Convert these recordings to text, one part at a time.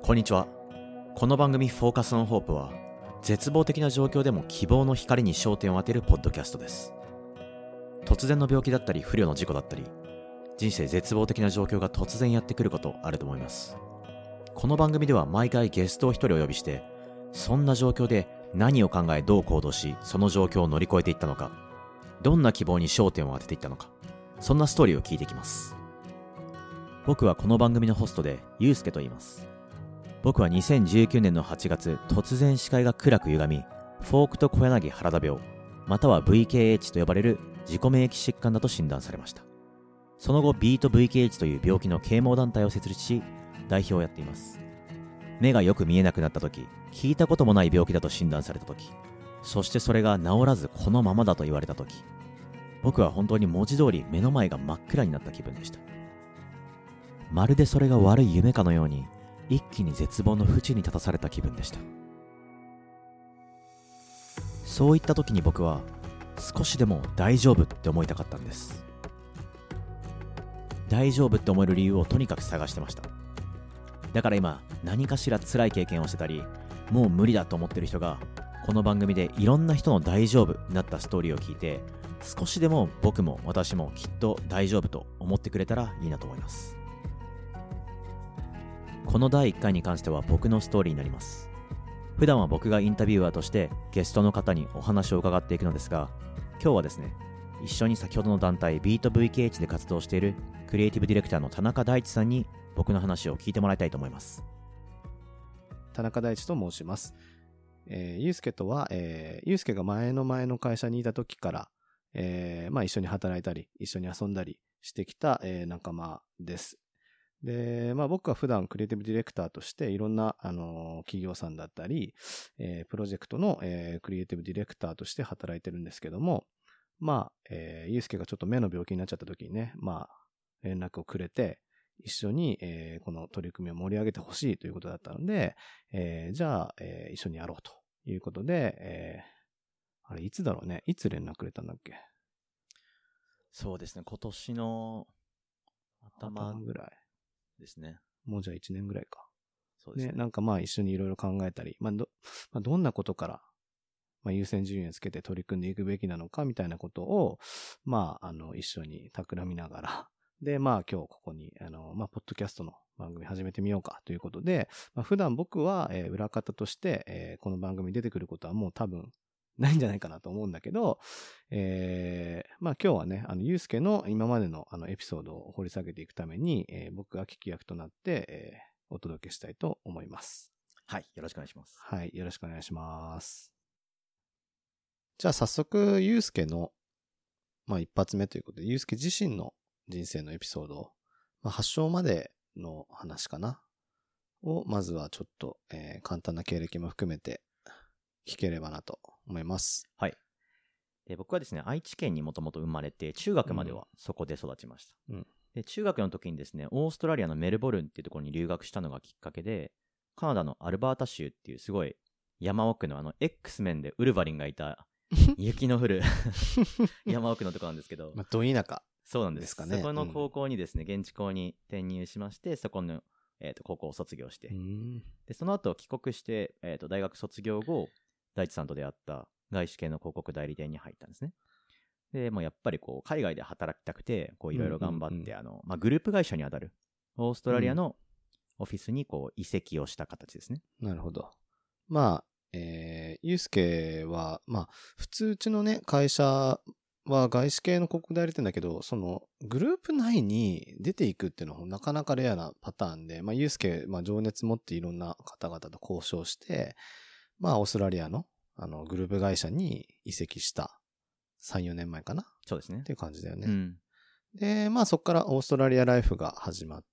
こんにちは。この番組フォーカスオンホープは絶望的な状況でも希望の光に焦点を当てるポッドキャストです。突然の病気だったり不慮の事故だったり、人生絶望的な状況が突然やってくることあると思います。この番組では毎回ゲストを一人お呼びして、そんな状況で何を考えどう行動し、その状況を乗り越えていったのか、どんな希望に焦点を当てていったのか、そんなストーリーを聞いていきます。僕はこの番組のホストでゆうすけと言います。僕は2019年の8月、突然視界が暗く歪み、フォークと小柳原田病、または VKH と呼ばれる自己免疫疾患だと診断されました。その後、ビート VKH という病気の啓蒙団体を設立し、代表をやっています。目がよく見えなくなった時、聞いたこともない病気だと診断された時、そしてそれが治らずこのままだと言われた時、僕は本当に文字通り目の前が真っ暗になった気分でした。まるでそれが悪い夢かのように、一気に絶望の淵に立たされた気分でした。そういった時に僕は少しでも大丈夫って思いたかったんです。大丈夫って思える理由をとにかく探してました。だから今、何かしら辛い経験をしてたり、もう無理だと思ってる人がこの番組でいろんな人の大丈夫になったストーリーを聞いて、少しでも僕も私もきっと大丈夫と思ってくれたらいいなと思います。この第1回に関しては僕のストーリーになります。普段は僕がインタビュアーとしてゲストの方にお話を伺っていくのですが、今日はですね、一緒に先ほどの団体ビート VKH で活動しているクリエイティブディレクターの田中大地さんに僕の話を聞いてもらいたいと思います。 田中大地と申します。ゆうすけとは、ゆうすけが前の会社にいた時から、一緒に働いたり一緒に遊んだりしてきた、仲間です。で、僕は普段クリエイティブディレクターとしていろんな、企業さんだったり、プロジェクトの、クリエイティブディレクターとして働いてるんですけども、ゆうすけがちょっと目の病気になっちゃった時にね、連絡をくれて、一緒に、この取り組みを盛り上げてほしいということだったので、じゃあ、一緒にやろうということで、あれいつだろうね、いつ連絡くれたんだっけ。 そうですね、今年の頭ぐらいですね。 もうじゃあ1年ぐらいか。 そうですね。 なんか一緒にいろいろ考えたり、どんなことから、優先順位をつけて取り組んでいくべきなのかみたいなことを、一緒に企みながら、で、今日ここに、ポッドキャストの番組始めてみようかということで、普段僕は、裏方として、この番組に出てくることはもう多分ないんじゃないかなと思うんだけど、今日はね、ゆうすけの今までのエピソードを掘り下げていくために、僕が聞き役となって、お届けしたいと思います。 はい、よろしくお願いします。 はい、よろしくお願いします。じゃあ早速、ゆうすけの、一発目ということで、ゆうすけ自身の人生のエピソードを、発症までの話かなを、まずはちょっと、簡単な経歴も含めて聞ければなと思います。 はい。で、僕はですね、愛知県にもともと生まれて、中学まではそこで育ちました。で、中学の時にですね、オーストラリアのメルボルンっていうところに留学したのがきっかけで、カナダのアルバータ州っていうすごい山奥のX メンでウルヴァリンがいた雪の降る山奥のところなんですけど、 ど田舎。 そうなんですかね。 そこの高校にですね、現地校に転入しまして、そこの、高校を卒業して、でその後帰国して、大学卒業後、大地さんと出会った外資系の広告代理店に入ったんですね。で、もうやっぱりこう海外で働きたくて、こういろいろ頑張って、グループ会社にあたるオーストラリアのオフィスにこう移籍をした形ですね。 なるほど。ゆうすけは、普通うちのね、会社は外資系の広告代理店だけど、そのグループ内に出ていくっていうのはなかなかレアなパターンで、ゆうすけ、情熱持っていろんな方々と交渉して、オーストラリアのグループ会社に移籍した3、4年前かな。 そうですね。 っていう感じだよね。で、そこからオーストラリアライフが始まって、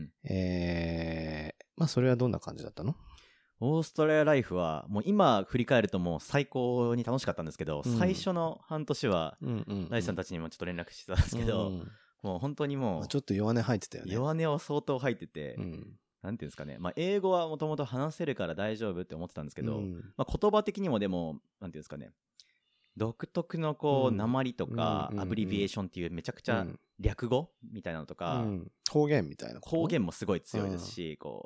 それはどんな感じだったの？ オーストラリアライフはもう今振り返るともう最高に楽しかったんですけど、最初の半年は大地さんたちにもちょっと連絡してたんですけど、もう本当にもうちょっと弱音吐いてたよね。 弱音を相当吐いてて、なんていうんですかね、英語はもともと話せるから大丈夫って思ってたんですけど、言葉的にもでもなんていうんですかね、独特のこう訛りとかアブリビエーションっていうめちゃくちゃ略語みたいなのとか、 方言みたいな方言もすごい強いですし、こう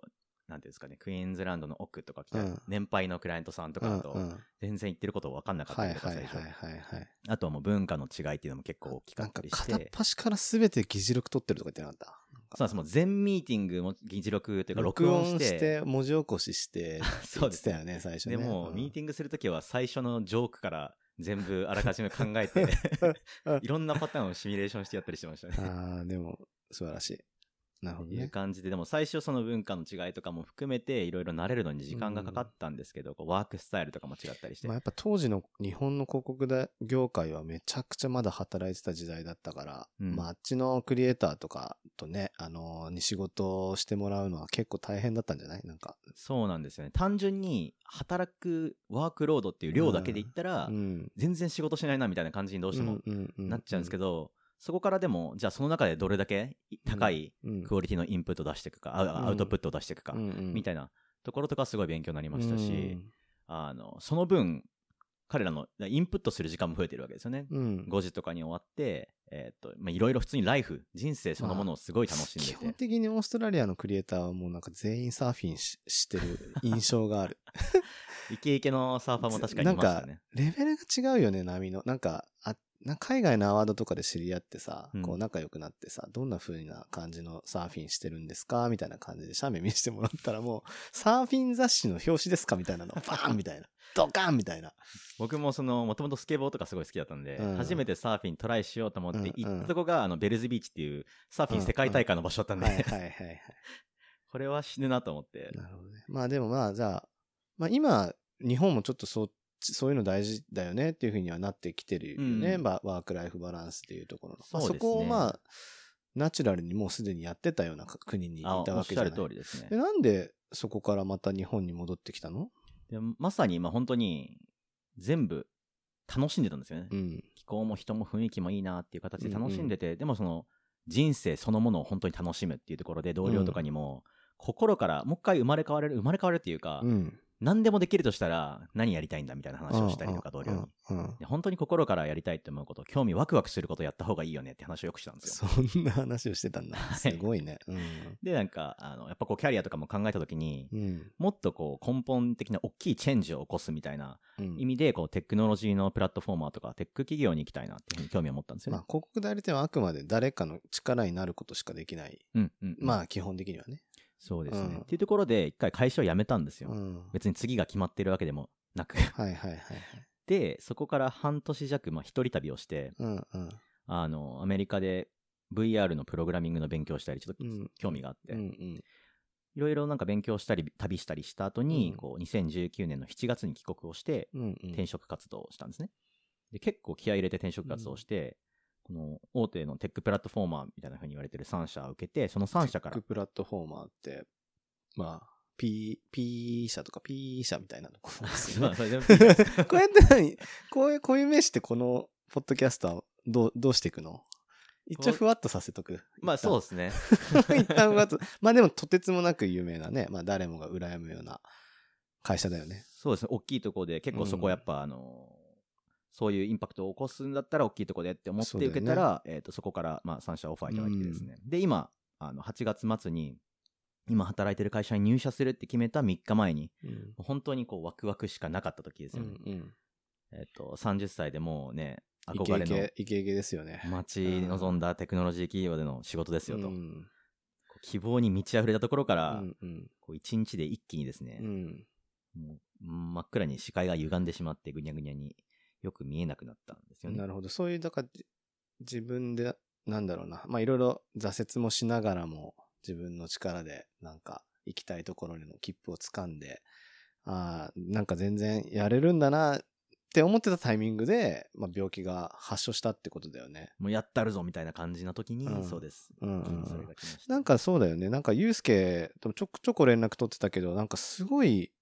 なんていうんですかね、クイーンズランドの奥とか来た年配のクライアントさんとかだと、全然言ってること分かんなかったりとか、最初。あとはもう文化の違いっていうのも結構大きかったりして。 片っ端から全て議事録取ってるとか言ってなかった？ そうです。もう全ミーティングも議事録というか録音して。 文字起こしして、そうでしたよね、最初ね。 でも、ミーティングするときは最初のジョークから全部あらかじめ考えて、いろんなパターンをシミュレーションしてやったりしてましたね。 ああ、でも、素晴らしい。なるほどね。 いう感じで、でも最初その文化の違いとかも含めていろいろ慣れるのに時間がかかったんですけど、ワークスタイルとかも違ったりして。 まあやっぱ当時の日本の広告業界はめちゃくちゃまだ働いてた時代だったから、まああっちのクリエイターとかとね、に仕事をしてもらうのは結構大変だったんじゃない？なんか。 そうなんですよね。単純に働くワークロードっていう量だけで言ったら、全然仕事しないなみたいな感じにどうしてもなっちゃうんですけど、そこからでも、じゃあその中でどれだけ高いクオリティのインプットを出していくか、アウトプットを出していくか、みたいなところとかすごい勉強になりましたし、その分、彼らのインプットする時間も増えてるわけですよね。5時とかに終わって、いろいろ普通にライフ、人生そのものをすごい楽しんでて。 基本的にオーストラリアのクリエイターはもうなんか全員サーフィンしてる印象がある。 イケイケのサーファーも確かにいましたね。 なんか、レベルが違うよね、波の。なんか海外のアワードとかで知り合ってさ、こう仲良くなってさ、どんな風な感じのサーフィンしてるんですかみたいな感じで写メ見せてもらったらもう、サーフィン雑誌の表紙ですかみたいなの、バーンみたいな。ドカンみたいな。 僕ももともとスケボーとかすごい好きだったんで、初めてサーフィントライしようと思って行ったとこが、ベルズビーチっていうサーフィン世界大会の場所だったんで、これは死ぬなと思って。 なるほどね。まあでもまあ、じゃあ、まあ今、日本もちょっとそういうの大事だよねっていう風にはなってきてるよね。ワークライフバランスっていうところの。 そうですね。 そこをまあ、ナチュラルにもうすでにやってたような国にいたわけじゃない。おっしゃる通りですね。 で、なんでそこからまた日本に戻ってきたの？ でまさに今本当に全部楽しんでたんですよね。気候も人も雰囲気もいいなっていう形で楽しんでて、でもその人生そのものを本当に楽しむっていうところで同僚とかにも、心からもう一回生まれ変われるっていうか、何でもできるとしたら何やりたいんだみたいな話をしたりとか同僚に、本当に心からやりたいって思うこと、興味ワクワクすることをやった方がいいよねって話をよくしたんですよ。 そんな話をしてたんだ。すごいね。 でなんかやっぱこうキャリアとかも考えた時に、もっとこう根本的な大きいチェンジを起こすみたいな意味でこうテクノロジーのプラットフォーマーとかテック企業に行きたいなっていうふうに興味を持ったんですよね。 まあ広告代理店はあくまで誰かの力になることしかできない。まあ基本的にはね。 そうですね。っていうところで一回会社を辞めたんですよ。別に次が決まってるわけでもなく。で、そこから半年弱、一人旅をして、アメリカで VR のプログラミングの勉強したり、ちょっと興味があって、いろいろなんか勉強したり、旅したりした後に、こう、2019年の7月に帰国をして、転職活動をしたんですね。で、結構気合い入れて転職活動をして、この大手のテックプラットフォーマーみたいな風に言われてる3社を受けて、その3社から。 テックプラットフォーマーって、まあ、P 社とか P 社みたいなのこうやってこういう名詞ってこのポッドキャストはどうしていくの？一応ふわっとさせとく。 まあそうですね。 一旦ふわっと。まあでもとてつもなく有名なね、まあ誰もが羨むような会社だよね。 そうですね。大きいところで結構そこやっぱそういうインパクトを起こすんだったら大きいところでって思って受けたら、そこからまあ3社オファーいただいてですね。で、今、8月末に、今働いてる会社に入社するって決めた3日前に、本当にこうワクワクしかなかった時ですよね。30歳でもうね、憧れのイケイケですよね。 待ち望んだテクノロジー企業での仕事ですよと。希望に満ち溢れたところから、こう1日で一気にですね、もう真っ暗に視界が歪んでしまってぐにゃぐにゃによく見えなくなったんですよね。 なるほど。そういう、だから自分で、なんだろうな。まあいろいろ挫折もしながらも自分の力でなんか行きたいところにの切符を掴んで、なんか全然やれるんだなって思ってたタイミングで、まあ、病気が発症したってことだよね。 もうやったるぞみたいな感じの時に、そうです。それが来ました。 なんかそうだよね。なんかユースケとちょこ連絡取ってたけど、なんかすごい、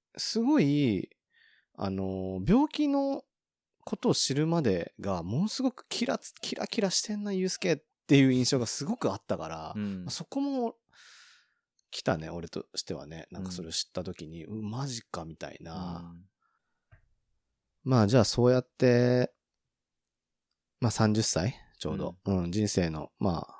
病気のことを知るまでがものすごくキラキラしてんなユースケっていう印象がすごくあったから、そこも来たね、俺としてはね。なんかそれを知った時に、マジかみたいな。まあじゃあそうやって、まあ30歳ちょうど、人生の、まあ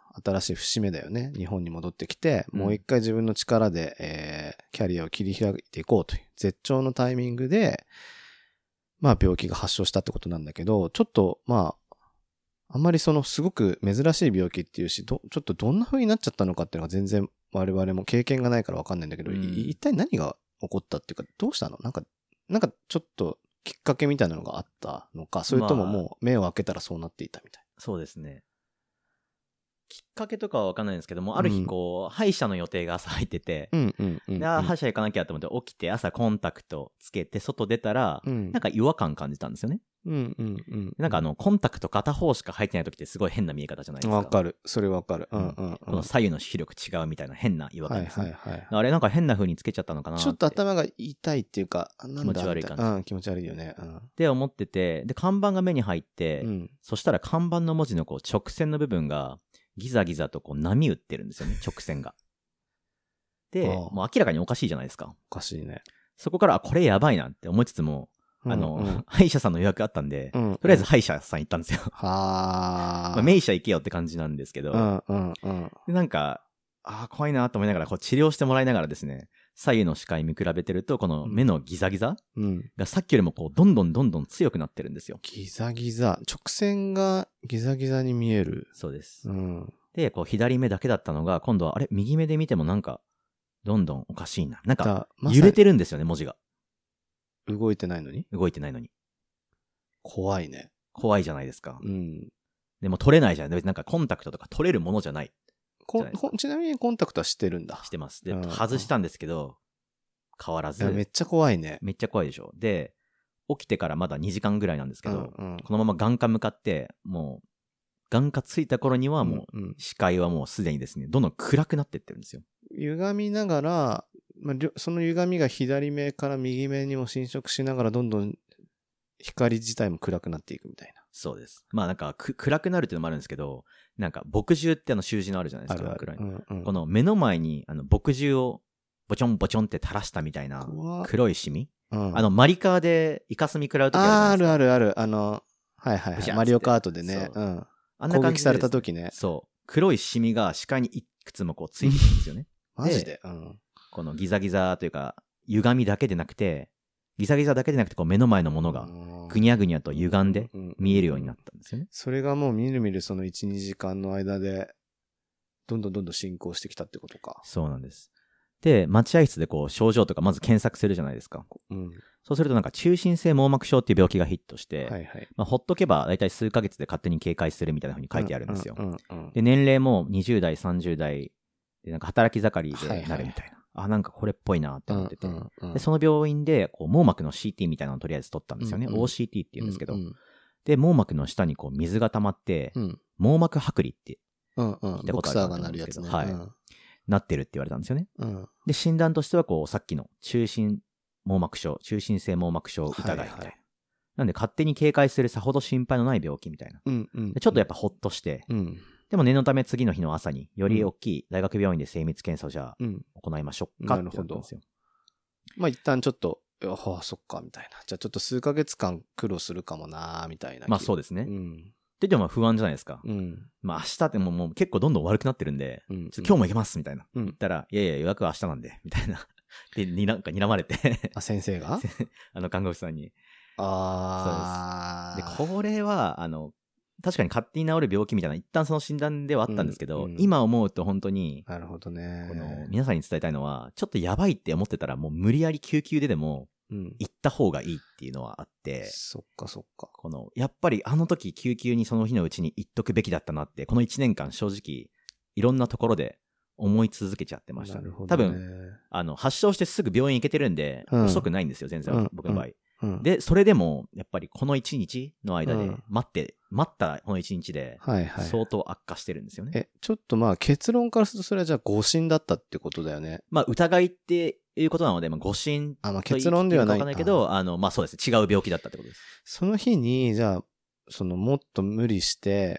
新しい節目だよね。日本に戻ってきて、 うんもう一回自分の力で、キャリアを切り開いていこうという絶頂のタイミングで、まあ病気が発症したってことなんだけど、ちょっとまあ、あんまりすごく珍しい病気っていうし、ちょっとどんな風になっちゃったのかっていうのが全然我々も経験がないからわかんないんだけど、一体何が起こったっていうか、どうしたの？なんかちょっときっかけみたいなのがあったのか、それとももう目を開けたらそうなっていたみたいな。 そうですね。きっかけとかは分かんないんですけども、ある日歯医者の予定が朝入ってて、で、歯医者行かなきゃと思って起きて朝コンタクトつけて外出たら、なんか違和感感じたんですよね。なんかコンタクト片方しか入ってない時ってすごい変な見え方じゃないですか。 わかる。それわかる。 この左右の視力違うみたいな変な違和感ですね。 はい。 あれなんか変な風につけちゃったのかなって。 ちょっと頭が痛いっていうか、 気持ち悪い感じ。 気持ち悪いよね。 って思ってて、で、看板が目に入って、そしたら看板の文字の直線の部分が、ギザギザと波打ってるんですよね、直線が。で、もう明らかにおかしいじゃないですか。 おかしいね。 そこから、これやばいなって思いつつも、歯医者さんの予約あったんで、とりあえず歯医者さん行ったんですよ。名医者行けよって感じなんですけど、でなんか、怖いなと思いながら、治療してもらいながらですね、左右の視界見比べてると、この目のギザギザがさっきよりもどんどん強くなってるんですよ。 ギザギザ。直線がギザギザに見える。 そうです。で、左目だけだったのが、今度は、右目で見てもなんか、どんどんおかしいな。なんか、揺れてるんですよね、文字が。 動いてないのに？ 動いてないのに。 怖いね。 怖いじゃないですか。でも取れないじゃん。なんかコンタクトとか取れるものじゃない。 ちなみにコンタクトはしてるんだ。 してます。で、外したんですけど、変わらず。 めっちゃ怖いね。 めっちゃ怖いでしょ。で、起きてからまだ2時間ぐらいなんですけど、このまま眼科向かって、もう、眼科ついた頃にはもう、視界はもうすでにですね、どんどん暗くなってってるんですよ。 歪みながら、その歪みが左目から右目にも侵食しながら、どんどん光自体も暗くなっていくみたいな。 そうです。まあなんか暗くなるっていうのもあるんですけど、なんか墨汁って習字のあるじゃないですか。この目の前に墨汁をボチョンボチョンって垂らしたみたいな黒いシミ、マリカーでイカスミ食らうときあるあるある。マリオカートでね。あんな感じで攻撃されたときね。 そう。黒いシミが視界にいくつもついてるんですよね。 マジでこのギザギザというか、歪みだけでなくて、ギザギザだけでなくて、目の前のものが、ぐにゃぐにゃと歪んで見えるようになったんですよね。 それがもうみるみるその1、2時間の間で、どんどん進行してきたってことか。 そうなんです。で、待合室で症状とかまず検索するじゃないですか。そうするとなんか中心性網膜症っていう病気がヒットして、ほっとけばだいたい数ヶ月で勝手に軽快するみたいな風に書いてあるんですよ。で、年齢も20代、30代でなんか働き盛りでなるみたいな。なんかこれっぽいなって思ってて。で、その病院で網膜の CT みたいなのをとりあえず取ったんですよね。OCT って言うんですけど。で、網膜の下に水が溜まって、網膜剥離って聞いたことあると思うんですけど、なってるって言われたんですよね。で、診断としてはさっきの中心性網膜症疑いみたいな。なんで勝手に警戒するさほど心配のない病気みたいな。でちょっとやっぱほっとして、でも念のため次の日の朝により大きい大学病院で精密検査をじゃあ行いましょうかって言ったんですよ。 一旦ちょっと、そっかみたいな。じゃあちょっと数ヶ月間苦労するかもなみたいな。 そうですね。でも不安じゃないですか。明日ってもう結構どんどん悪くなってるんで、今日も行けますみたいな。言ったら、いや予約は明日なんで、みたいな。で、なんか睨まれて。 先生が看護師さんに。 そうです。で、これは、確かに勝手に治る病気みたいな、一旦その診断ではあったんですけど、今思うと本当に、 なるほどね。 皆さんに伝えたいのは、ちょっとやばいって思ってたら、もう無理やり救急でも、行った方がいいっていうのはあって、 そっか。 やっぱりあの時救急にその日のうちに行っとくべきだったなって、この1年間正直、いろんなところで思い続けちゃってました。 なるほどね。 多分、発症してすぐ病院行けてるんで、遅くないんですよ、全然、僕の場合。で、それでも、やっぱりこの1日の間で、待ったこの1日で、相当悪化してるんですよね。 ちょっと結論からするとそれはじゃあ誤診だったってことだよね。 疑いっていうことなので、誤診と言っていいか分からないけど、そうです。違う病気だったってことです。 その日に、じゃあ、もっと無理して、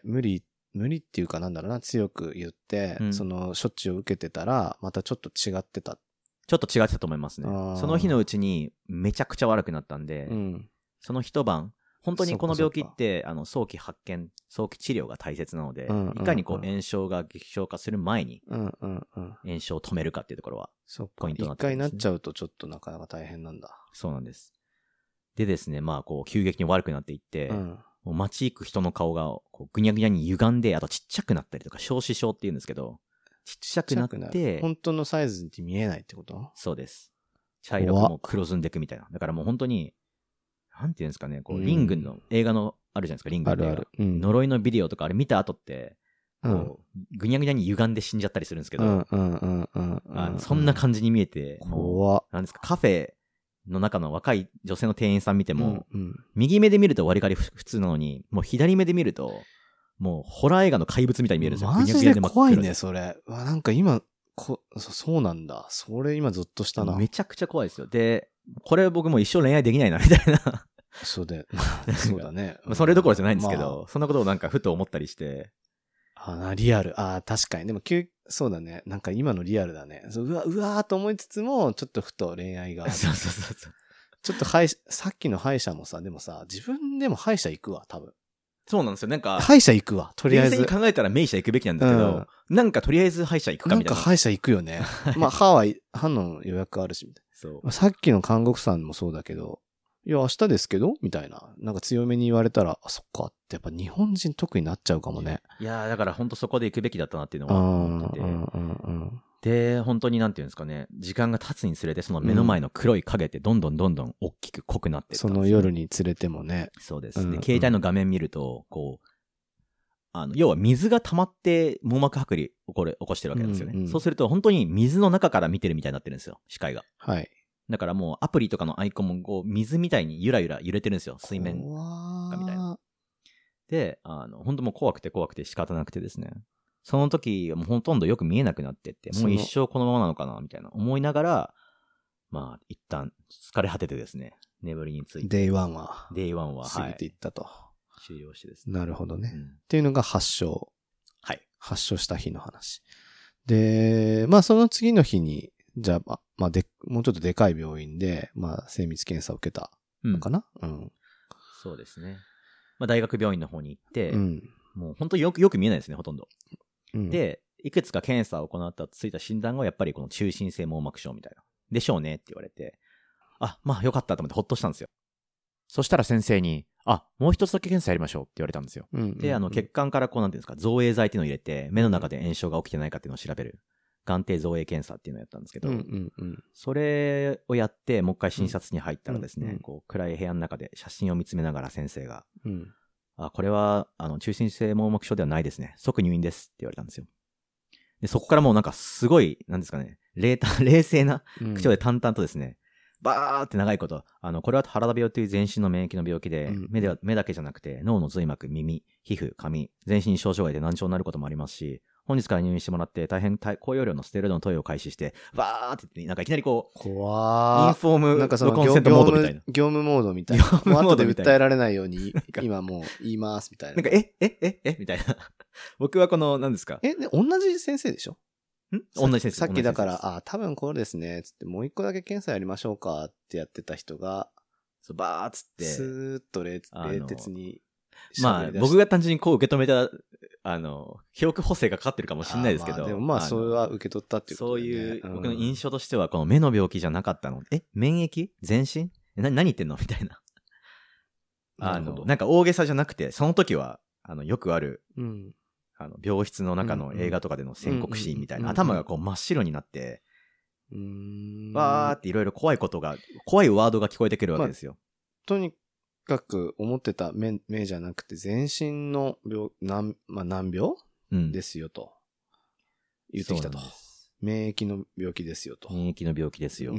無理っていうか強く言って、処置を受けてたら、またちょっと違ってた。 ちょっと違ってたと思いますね。その日のうちにめちゃくちゃ悪くなったんで、その一晩、 本当にこの病気って、早期発見、早期治療が大切なので、いかにこう炎症が激症化する前に、炎症を止めるかっていうところは、ポイントになってますね。 一回なっちゃうとちょっとなかなか大変なんだ。 そうなんです。でですね、まあこう、急激に悪くなっていって、もう街行く人の顔がこうぐにゃぐにゃに歪んで、あとちっちゃくなったりとか、小視症って言うんですけど、ちっちゃくなって、 本当のサイズに見えないってこと？ そうです。茶色くも黒ずんでいくみたいな。だからもう本当に、なんていうんですかね、こう、リングの映画のあるじゃないですか、リングの映画。 ある。 呪いのビデオとかあれ見た後って、こう、ぐにゃぐにゃに歪んで死んじゃったりするんですけど、そんな感じに見えて、もう、なんですか、カフェの中の若い女性の店員さん見ても、右目で見ると割りかり普通なのに、もう左目で見ると、もうホラー映画の怪物みたいに見えるんですよ。 マジで怖いね、それ。なんか今、そうなんだ。それ今ゾッとしたな。 めちゃくちゃ怖いですよ。で、これ僕もう一生恋愛できないな、みたいな。 そうだね。 それどころじゃないんですけど、そんなことをなんかふと思ったりして。 リアル。確かに。でもそうだね。なんか今のリアルだね。うわーと思いつつも、ちょっとふと恋愛が。 そう。 ちょっとさっきの歯医者もさ、でもさ、自分でも歯医者行くわ、多分。 そうなんですよ。なんか、 歯医者行くわ、とりあえず。 冷静に考えたら名医者行くべきなんですけど、なんかとりあえず歯医者行くかみたいな。 なんか歯医者行くよね。まあ、歯の予約あるし、みたいな。そう。さっきの看護婦さんもそうだけど、いや、明日ですけどみたいな。なんか強めに言われたら、そっかってやっぱ日本人特になっちゃうかもね。 いやだから本当そこで行くべきだったなっていうのは思ってて。で、本当になんていうんですかね、時間が経つにつれてその目の前の黒い影ってどんどん大きく濃くなっていったんですよ。 その夜につれてもね。 そうです。で、携帯の画面見ると、こう、要は水が溜まって網膜剥離起こしてるわけなんですよね。そうすると本当に水の中から見てるみたいになってるんですよ、視界が。 はい。 だからもうアプリとかのアイコンもこう水みたいにゆらゆら揺れてるんですよ、水面がみたいな。で、本当もう怖くて仕方なくてですね。その時もうほとんどよく見えなくなってって、もう一生このままなのかなみたいな思いながら、まあ一旦疲れ果ててですね、眠りについて。 Day1 は。 過ぎていったと。 終了してですね。 なるほどね。っていうのが発症。 はい。 発症した日の話。で、まあその次の日に、じゃあ、もうちょっとでかい病院で、精密検査を受けたのかな？ そうですね。まあ大学病院の方に行って、もう本当によく見えないですね、ほとんど。で、いくつか検査を行ったとついた診断がやっぱりこの中心性網膜症みたいな。でしょうねって言われて、まあよかったと思ってほっとしたんですよ。そしたら先生に、もう一つだけ検査やりましょうって言われたんですよ。で、血管からこうなんていうんですか、造影剤っていうのを入れて、目の中で炎症が起きてないかっていうのを調べる。眼底造影検査っていうのをやったんですけど、それをやって、もう一回診察に入ったらですね、こう暗い部屋の中で写真を見つめながら先生が、これは、中心性網膜症ではないですね。即入院ですって言われたんですよ。で、そこからもうなんかすごい、なんですかね、冷静な口調で淡々とですね、バーって長いこと、これは原田病という全身の免疫の病気で、目だけじゃなくて、脳の髄膜、耳、皮膚、髪、全身に症状が出て難聴になることもありますし、本日から入院してもらって大変高容量のステロイドの投与を開始して、バーって言って、なんかいきなりこう、 怖インフォームのコンセントモードみたいな。 業務モードみたいな。後で訴えられないように、今もう言いますみたいな。 なんか、みたいな。僕はこの、何ですか？ 同じ先生でしょ？ 同じ先生。 さっきだから、多分これですね、つってもう一個だけ検査やりましょうかってやってた人が、 バーっつって、 スーッと冷徹に。 まあ、僕が単純にこう受け止めた、記憶補正がかかってるかもしれないですけど。 でもそれは受け取ったっていうことで、ね。 そういう、僕の印象としては、この目の病気じゃなかったの。免疫？全身？何言ってんのみたいな。なんか大げさじゃなくて、その時は、よくある、病室の中の映画とかでの宣告シーンみたいな、頭がこう真っ白になって、バーっていろいろ怖いワードが聞こえてくるわけですよ。 とにかく思ってた目じゃなくて、全身の難病、ですよと。言ってきたと。免疫の病気ですよと。 免疫の病気ですよって。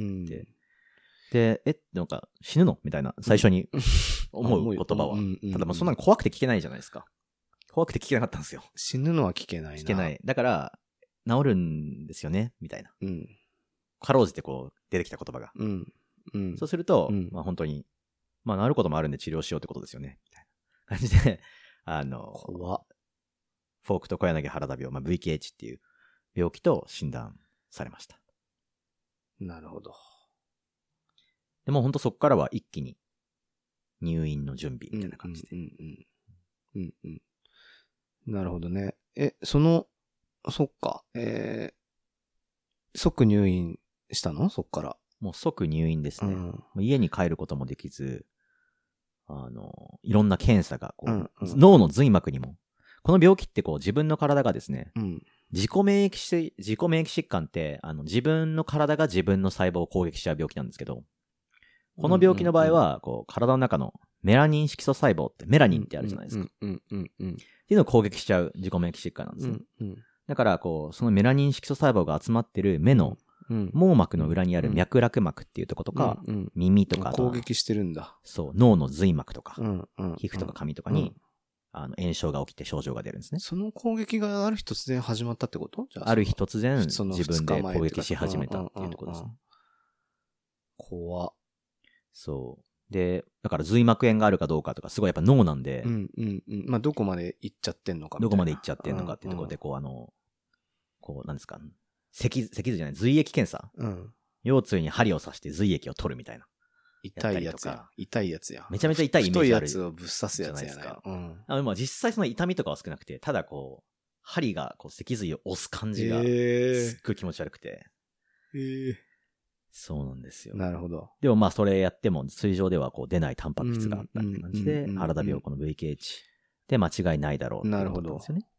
で、なんか死ぬのみたいな、最初に思う言葉は。ただもうそんなの怖くて聞けないじゃないですか。怖くて聞けなかったんですよ。 死ぬのは聞けないな。 聞けない。だから、治るんですよねみたいな。かろうじてこう、出てきた言葉が。そうすると、まあ本当に、まあ治ることもあるんで治療しようってことですよね。みたいな感じで、 怖っ。 フォークと小柳原田病、VKH っていう病気と診断されました。 なるほど。 でも本当そこからは一気に、 入院の準備みたいな感じで。 なるほどね。そっか。即入院したの？そっから。 もう即入院ですね。家に帰ることもできず、いろんな検査が脳の髄膜にも、この病気って自分の体がですね、自己免疫疾患って、自分の体が自分の細胞を攻撃しちゃう病気なんですけど、この病気の場合は、体の中のメラニン色素細胞って、メラニンってあるじゃないですか。っていうのを攻撃しちゃう自己免疫疾患なんですよ。だから、そのメラニン色素細胞が集まってる目の網膜の裏にある脈絡膜っていうところとか、耳とか、 攻撃してるんだ。 そう、脳の髄膜とか、皮膚とか髪とかに、炎症が起きて症状が出るんですね。 その攻撃がある日突然始まったってこと？じゃあある日突然自分で攻撃し始めたっていうところですね。 怖っ。 そう。で、だから髄膜炎があるかどうかとか、すごいやっぱ脳なんで、 まあ、どこまで行っちゃってんのかみたいな。 どこまで行っちゃってんのかっていうところで、なんですか、脊髄じゃない、髄液検査。腰椎に針を刺して髄液を取るみたいな。 痛いやつや。痛いやつや。 めちゃめちゃ痛いイメージある。 太いやつをぶっ刺すやつやない。 まあ実際その痛みとかは少なくて、ただ針が脊髄を押す感じが、すっごい気持ち悪くて。そうなんですよ。 なるほど。 でもまあそれやっても、通常では出ないタンパク質があったって感じで、原田病この VKH で間違いないだろうってことなんですよね。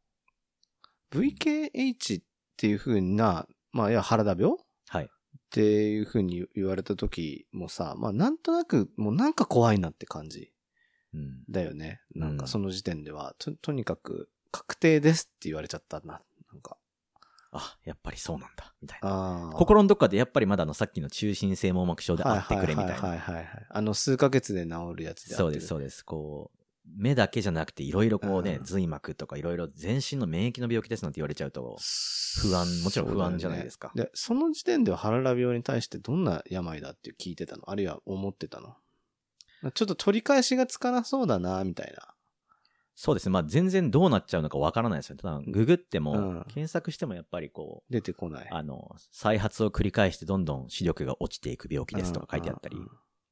VKH っていう風な、まあ、いや、原田病？ はい。 っていう風に言われた時もさ、まあ、なんとなく、もうなんか怖いなって感じ。だよね。なんかその時点では、とにかく、確定ですって言われちゃったな。なんか。 あ、やっぱりそうなんだ、みたいな。心のどっかでやっぱりまださっきの中心性網膜症であってくれみたいな。 数ヶ月で治るやつであってる。 そうです、そうです。目だけじゃなくていろいろ髄膜とかいろいろ全身の免疫の病気ですなんて言われちゃうと、もちろん不安じゃないですか。 で、その時点では原田病に対してどんな病だって聞いてたの？あるいは思ってたの？ちょっと取り返しがつかなそうだな、みたいな。 そうですね。まあ全然どうなっちゃうのかわからないですよ。ただ、ググっても、検索してもやっぱり出てこない。 再発を繰り返してどんどん視力が落ちていく病気ですとか書いてあったり、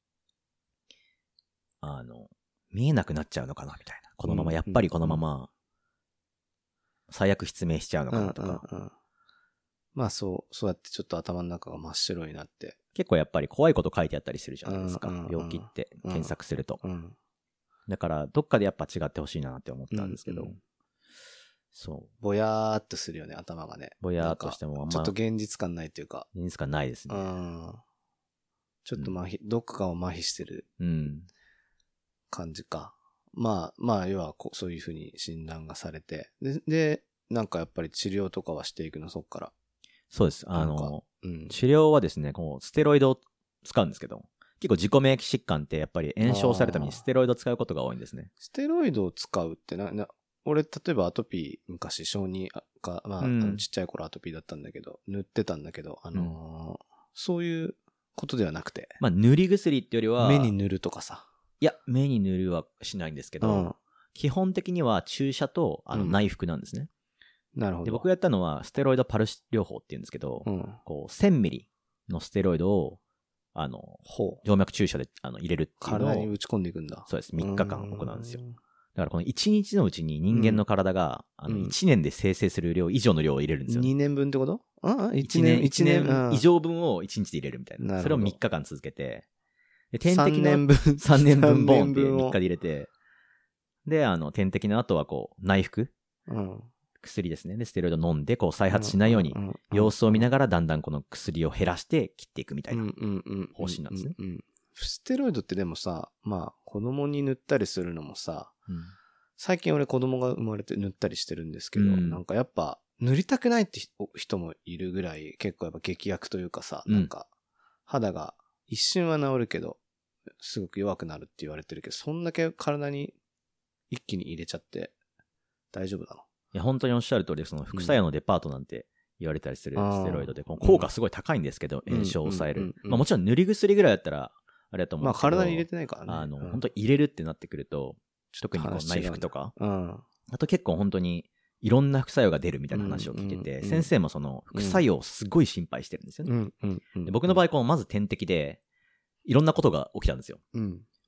見えなくなっちゃうのかなみたいな。このまま、やっぱりこのまま、最悪失明しちゃうのかなとか。 まあそうやってちょっと頭の中が真っ白になって。 結構やっぱり怖いこと書いてあったりするじゃないですか。病気って検索すると。だから、どっかでやっぱ違ってほしいなって思ったんですけど。そう。 ぼやーっとするよね、頭がね。 ぼやーっとしてもちょっと現実感ないというか。 現実感ないですね。 ちょっとどっかが麻痺してる感じか。まあ、要はそういうふうに診断がされて。で、なんかやっぱり治療とかはしていくの、そっから。 そうです。治療はですね、ステロイドを使うんですけど、結構自己免疫疾患ってやっぱり炎症されるためにステロイドを使うことが多いんですね。 ステロイドを使うって俺、例えばアトピー、昔小児か、まあ、ちっちゃい頃アトピーだったんだけど、塗ってたんだけど、そういうことではなくて。 まあ、塗り薬ってよりは。 目に塗るとかさ。 いや、目に塗るはしないんですけど、基本的には注射と内服なんですね。 なるほど。 で、僕がやったのはステロイドパルス療法って言うんですけど、1000ミリのステロイドを、静脈注射で入れるっていうのを。 体に打ち込んでいくんだ。 そうです。3日間行うんですよ。だからこの1日のうちに人間の体が、1年で生成する量以上の量を入れるんですよ、ね。 2年分ってこと？ 1年以上分を1日で入れるみたいな。それを3日間続けて、で点滴の3年分ボンって3日で入れて、で、点滴の後は内服、薬ですね。で、ステロイド飲んで、再発しないように、様子を見ながらだんだんこの薬を減らして切っていくみたいな方針なんですね。 ステロイドってでもさ、まあ、子供に塗ったりするのもさ、最近俺子供が生まれて塗ったりしてるんですけど、なんかやっぱ塗りたくないって人もいるぐらい結構やっぱ劇薬というかさ、なんか肌が一瞬は治るけど、すごく弱くなるって言われてるけど、そんだけ体に一気に入れちゃって大丈夫なの？ いや、本当におっしゃる通り、その副作用のデパートなんて言われたりするステロイドで、効果すごい高いんですけど、炎症を抑える。まあもちろん塗り薬ぐらいだったら、あれだと思うんですけど。 まあ体に入れてないからね。 本当入れるってなってくると、特に内服とか、あと結構本当にいろんな副作用が出るみたいな話を聞いてて、先生もその副作用をすごい心配してるんですよね。で僕の場合、まず点滴で、いろんなことが起きたんですよ。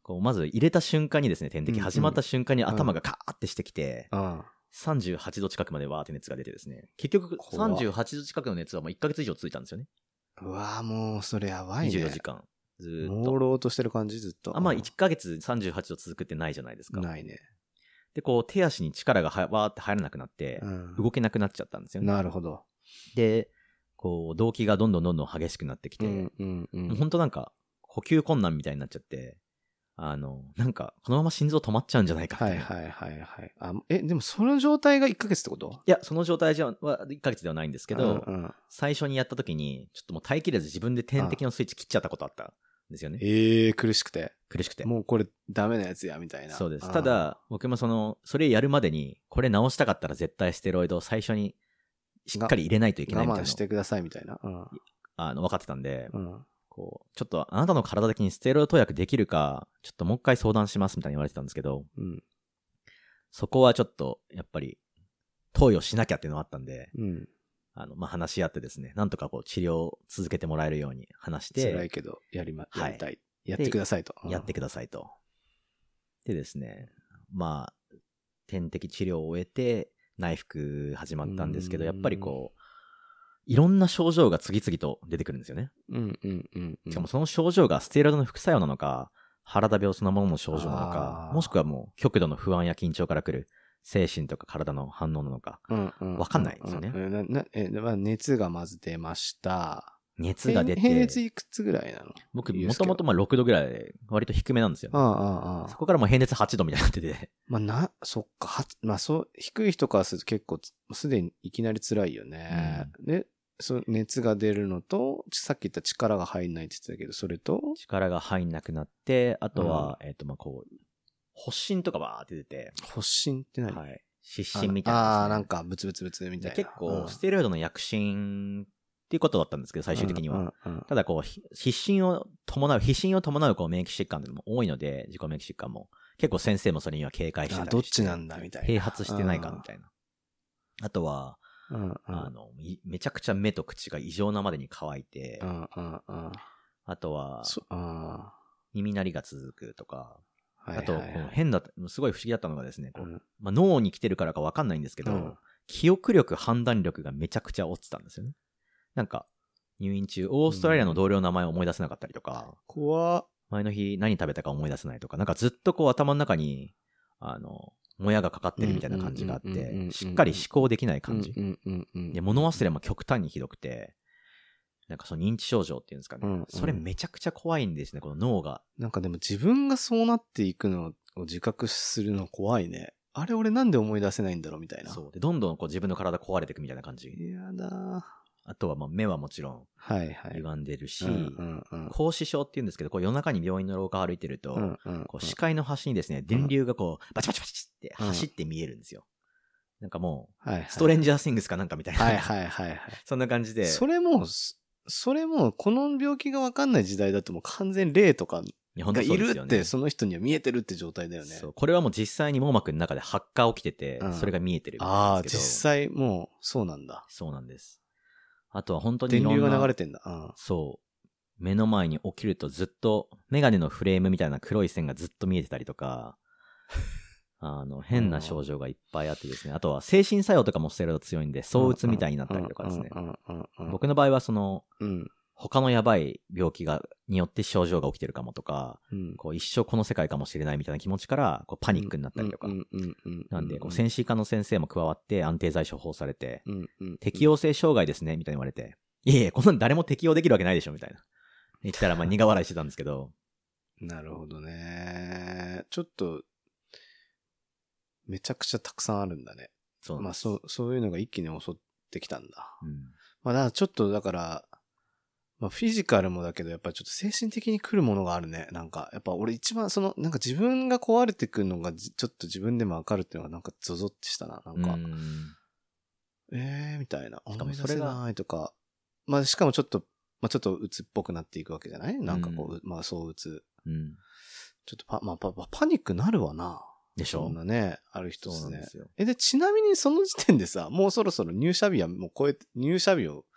こう、まず入れた瞬間にですね、点滴始まった瞬間に頭がカーってしてきて、 うん。 38度近くまでわーって熱が出てですね。結局、38度近くの熱はもう1ヶ月以上続いたんですよね。 うわぁ、もう、それやばいね。 24時間。ずーっと。 朦朧としてる感じ、ずっと。 あんま1ヶ月38度続くってないじゃないですか。 ないね。 で、こう、手足に力がわーって入らなくなって、動けなくなっちゃったんですよね。 なるほど。 で、こう、動悸がどんどん激しくなってきて、もうほんとなんか、呼吸困難みたいになっちゃって、なんか、このまま心臓止まっちゃうんじゃないかって。 でもその状態が1ヶ月ってこと？ いや、その状態は1ヶ月ではないんですけど、最初にやった時に、ちょっともう耐えきれず自分で点滴のスイッチ切っちゃったことあったんですよね。 苦しくて。 もうこれダメなやつや、みたいな。 そうです。ただ、僕もそれやるまでに、これ治したかったら絶対ステロイドを最初にしっかり入れないといけないみたいな。 我慢してください、みたいな。 分かってたんで、こう、ちょっとあなたの体的にステロイド投薬できるか、ちょっともう一回相談しますみたいに言われてたんですけど、そこはちょっと、やっぱり、投与しなきゃっていうのがあったんで、話し合ってですね、なんとかこう治療を続けてもらえるように話して。 辛いけど、やりたい。やってくださいと。 やってくださいと。でですね、点滴治療を終えて、内服始まったんですけど、やっぱりこう、いろんな症状が次々と出てくるんですよね。しかもその症状がステロイドの副作用なのか、体病そのものの症状なのか、もしくはもう極度の不安や緊張から来る精神とか体の反応なのか、わかんないですよね。 熱がまず出ました。 熱が出て。 平熱いくつぐらいなの？ 僕、もともと6度ぐらいで、割と低めなんですよ。そこからもう平熱8度みたいになってて。 そっか、低い人からすると結構、すでにいきなり辛いよね。で、熱が出るのと、さっき言った力が入んないって言ってたけど、それと力が入んなくなって、あとは、こう、発疹とかバーって出て。 発疹って何？ はい。湿疹みたいな、 なんか、ブツブツブツみたいな。 結構、ステロイドの薬疹っていうことだったんですけど、最終的には。ただ、こう、湿疹を伴うこう免疫疾患っていうのも多いので、自己免疫疾患も。結構先生もそれには警戒してたりして。 どっちなんだみたいな。 併発してないかみたいな。あとは、めちゃくちゃ目と口が異常なまでに乾いて、あとは、耳鳴りが続くとか、あと、すごい不思議だったのがですね、脳に来てるからかわかんないんですけど、記憶力、判断力がめちゃくちゃ落ちてたんですよね。なんか、入院中、オーストラリアの同僚の名前を思い出せなかったりとか、前の日何食べたか思い出せないとか、なんかずっとこう頭の中に、もやがかかってるみたいな感じがあって、しっかり思考できない感じ。で、物忘れも極端にひどくて、なんかその認知症状っていうんですかね。それめちゃくちゃ怖いんですね、この脳が。 なんかでも自分がそうなっていくのを自覚するの怖いね。あれ俺なんで思い出せないんだろうみたいな。 そう。で、どんどんこう自分の体壊れていくみたいな感じ。 やだ。 あとは目はもちろん歪んでるし、光視症って言うんですけど、こう夜中に病院の廊下を歩いてると、こう視界の端にですね、電流がこうバチバチバチって走って見えるんですよ。なんかもう、ストレンジャーシングスかなんかみたいな。そんな感じで。 それもこの病気がわかんない時代だともう完全霊とかがいるって、その人には見えてるって状態だよね。 そう。これはもう実際に網膜の中で発火起きてて、それが見えてるみたいなんですけど。 実際もうそうなんだ。 そうなんです。あとは本当に電流が流れてんだ。 そう。目の前に起きるとずっとメガネのフレームみたいな黒い線がずっと見えてたりとか、変な症状がいっぱいあってですね。あとは精神作用とかもステロイド強いんで、躁鬱みたいになったりとかですね。僕の場合は他のやばい病気によって症状が起きてるかもとか、こう一生この世界かもしれないみたいな気持ちから、こうパニックになったりとか。なんで、精神科の先生も加わって安定剤処方されて、適応性障害ですね、みたいに言われて、いえ、こんなの誰も適応できるわけないでしょ、みたいな。言ったら、苦笑いしてたんですけど。 なるほどね。ちょっと、めちゃくちゃたくさんあるんだね。そういうのが一気に襲ってきたんだ。だからちょっとだから、フィジカルもだけど、やっぱりちょっと精神的に来るものがあるね。なんか、やっぱ俺一番なんか自分が壊れてくるのがちょっと自分でもわかるっていうのがなんかゾゾってしたな。なんか、みたいな。思い出せないとか。しかもちょっと鬱っぽくなっていくわけじゃない？なんかこう、そう鬱。ちょっとパニックなるわな。 でしょ？ そんなね、ある人ですね。で、ちなみにその時点でさ、もうそろそろ入社日はもう入社日を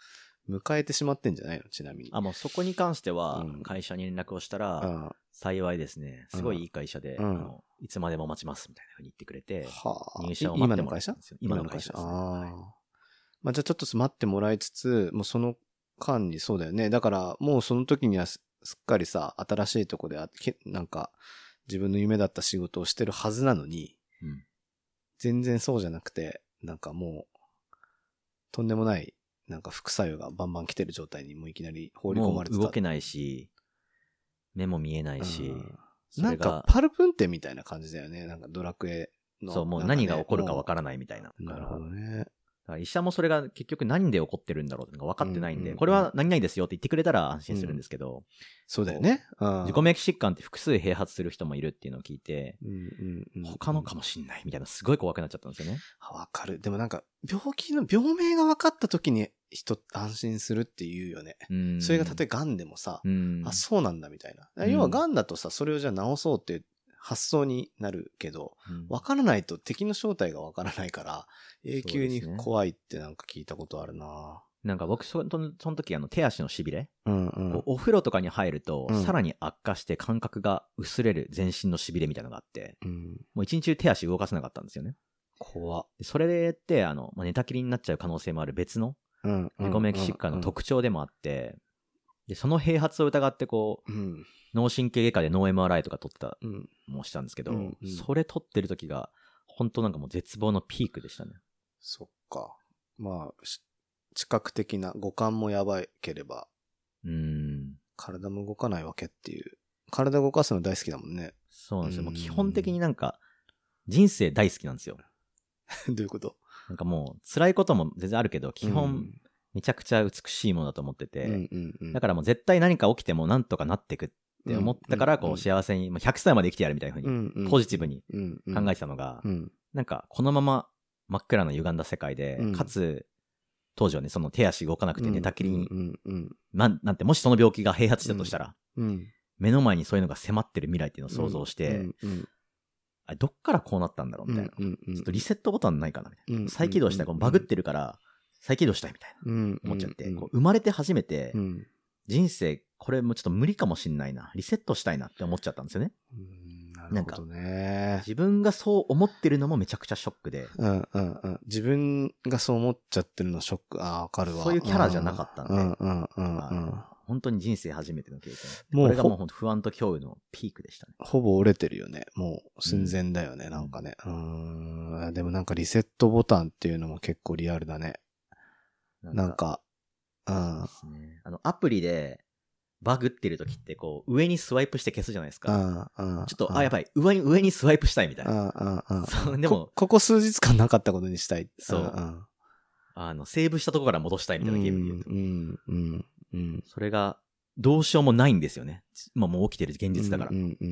迎えてしまってんじゃないのちなみに。 もうそこに関してはうん、 会社に連絡をしたら、 あ幸いですね、すごいいい会社で、 うんいつまでも待ちますみたいな風に言ってくれて、 はあ。 入社を待ってもら今の会社ったんですよ。今の会社ですね。 ああ、 はいまあじゃあちょっと待ってもらいつつ、もうその間にそうだよね。だからもうその時にはすっかりさ、新しいとこでなんか自分の夢だった仕事をしてるはずなのに、 うん、 全然そうじゃなくて、なんかもう、とんでもない、なんか副作用がバンバン来てる状態にもういきなり放り込まれてた。 もう動けないし、目も見えないし、 なんかパルプンテみたいな感じだよね。なんかドラクエの、 そう、もう何が起こるかわからないみたいな。 なるほどね。 医者もそれが結局何で起こってるんだろうってのが分かってないんで、 うんうんうん、 これは何々ですよって言ってくれたら安心するんですけど、 そうだよね。 自己免疫疾患って複数併発する人もいるっていうのを聞いて、 うん他のかもしんないみたいなすごい怖くなっちゃったんですよね。 わかる。でもなんか病名が分かった時に安心するって言うよね。それが例えば癌でもさ、あ、そうなんだみたいな。要は癌だとさ、それをじゃあ治そうって発想になるけど、分からないと敵の正体が分からないから、永久に怖いってなんか聞いたことあるな。 なんか僕その時手足のしびれ、お風呂とかに入ると、さらに悪化して感覚が薄れる全身のしびれみたいなのがあって、もう一日中手足動かせなかったんですよね。 怖っ。 それって寝たきりになっちゃう可能性もある別の自己免疫疾患の特徴でもあって、でその併発を疑って脳神経外科で脳 MRI とか取ったもしたんですけど、それ取ってる時が本当なんかもう絶望のピークでしたね。 そっか。まあ知覚的な五感もやばいければ、体も動かないわけっていう。体動かすの大好きだもんね。 そうなんですよ。もう基本的になんか人生大好きなんですよ。 どういうこと？ なんかもう辛いことも全然あるけど、基本めちゃくちゃ美しいものだと思ってて、だからもう絶対何か起きてもなんとかなってくって思ったから、幸せに100歳まで生きてやるみたいな風にポジティブに考えてたのが、なんかこのまま真っ暗な歪んだ世界で、かつ当時はね、その手足動かなくて寝たきりに、なんてもしその病気が併発したとしたら、目の前にそういうのが迫ってる未来っていうのを想像して、どっからこうなったんだろうみたいな。ちょっとリセットボタンないかなみたいな。再起動したい。バグってるから再起動したいみたいな。思っちゃって。生まれて初めて、人生、これもちょっと無理かもしんないな。リセットしたいなって思っちゃったんですよね。 なるほどね。 自分がそう思ってるのもめちゃくちゃショックで。 自分がそう思っちゃってるのショック。わかるわ。 そういうキャラじゃなかったんで。本当に人生初めての経験。これがもう本当不安と恐怖のピークでしたね。 ほぼ折れてるよね。もう寸前だよね、なんかね。でもなんかリセットボタンっていうのも結構リアルだね。なんか、 そうですね。アプリでバグってる時って上にスワイプして消すじゃないですか。ちょっと、やばい、上にスワイプしたいみたいな。でもここ数日間なかったことにしたい。 そう。セーブしたとこから戻したいみたいなゲームで言うと。それが、どうしようもないんですよね。もう起きてる現実だから。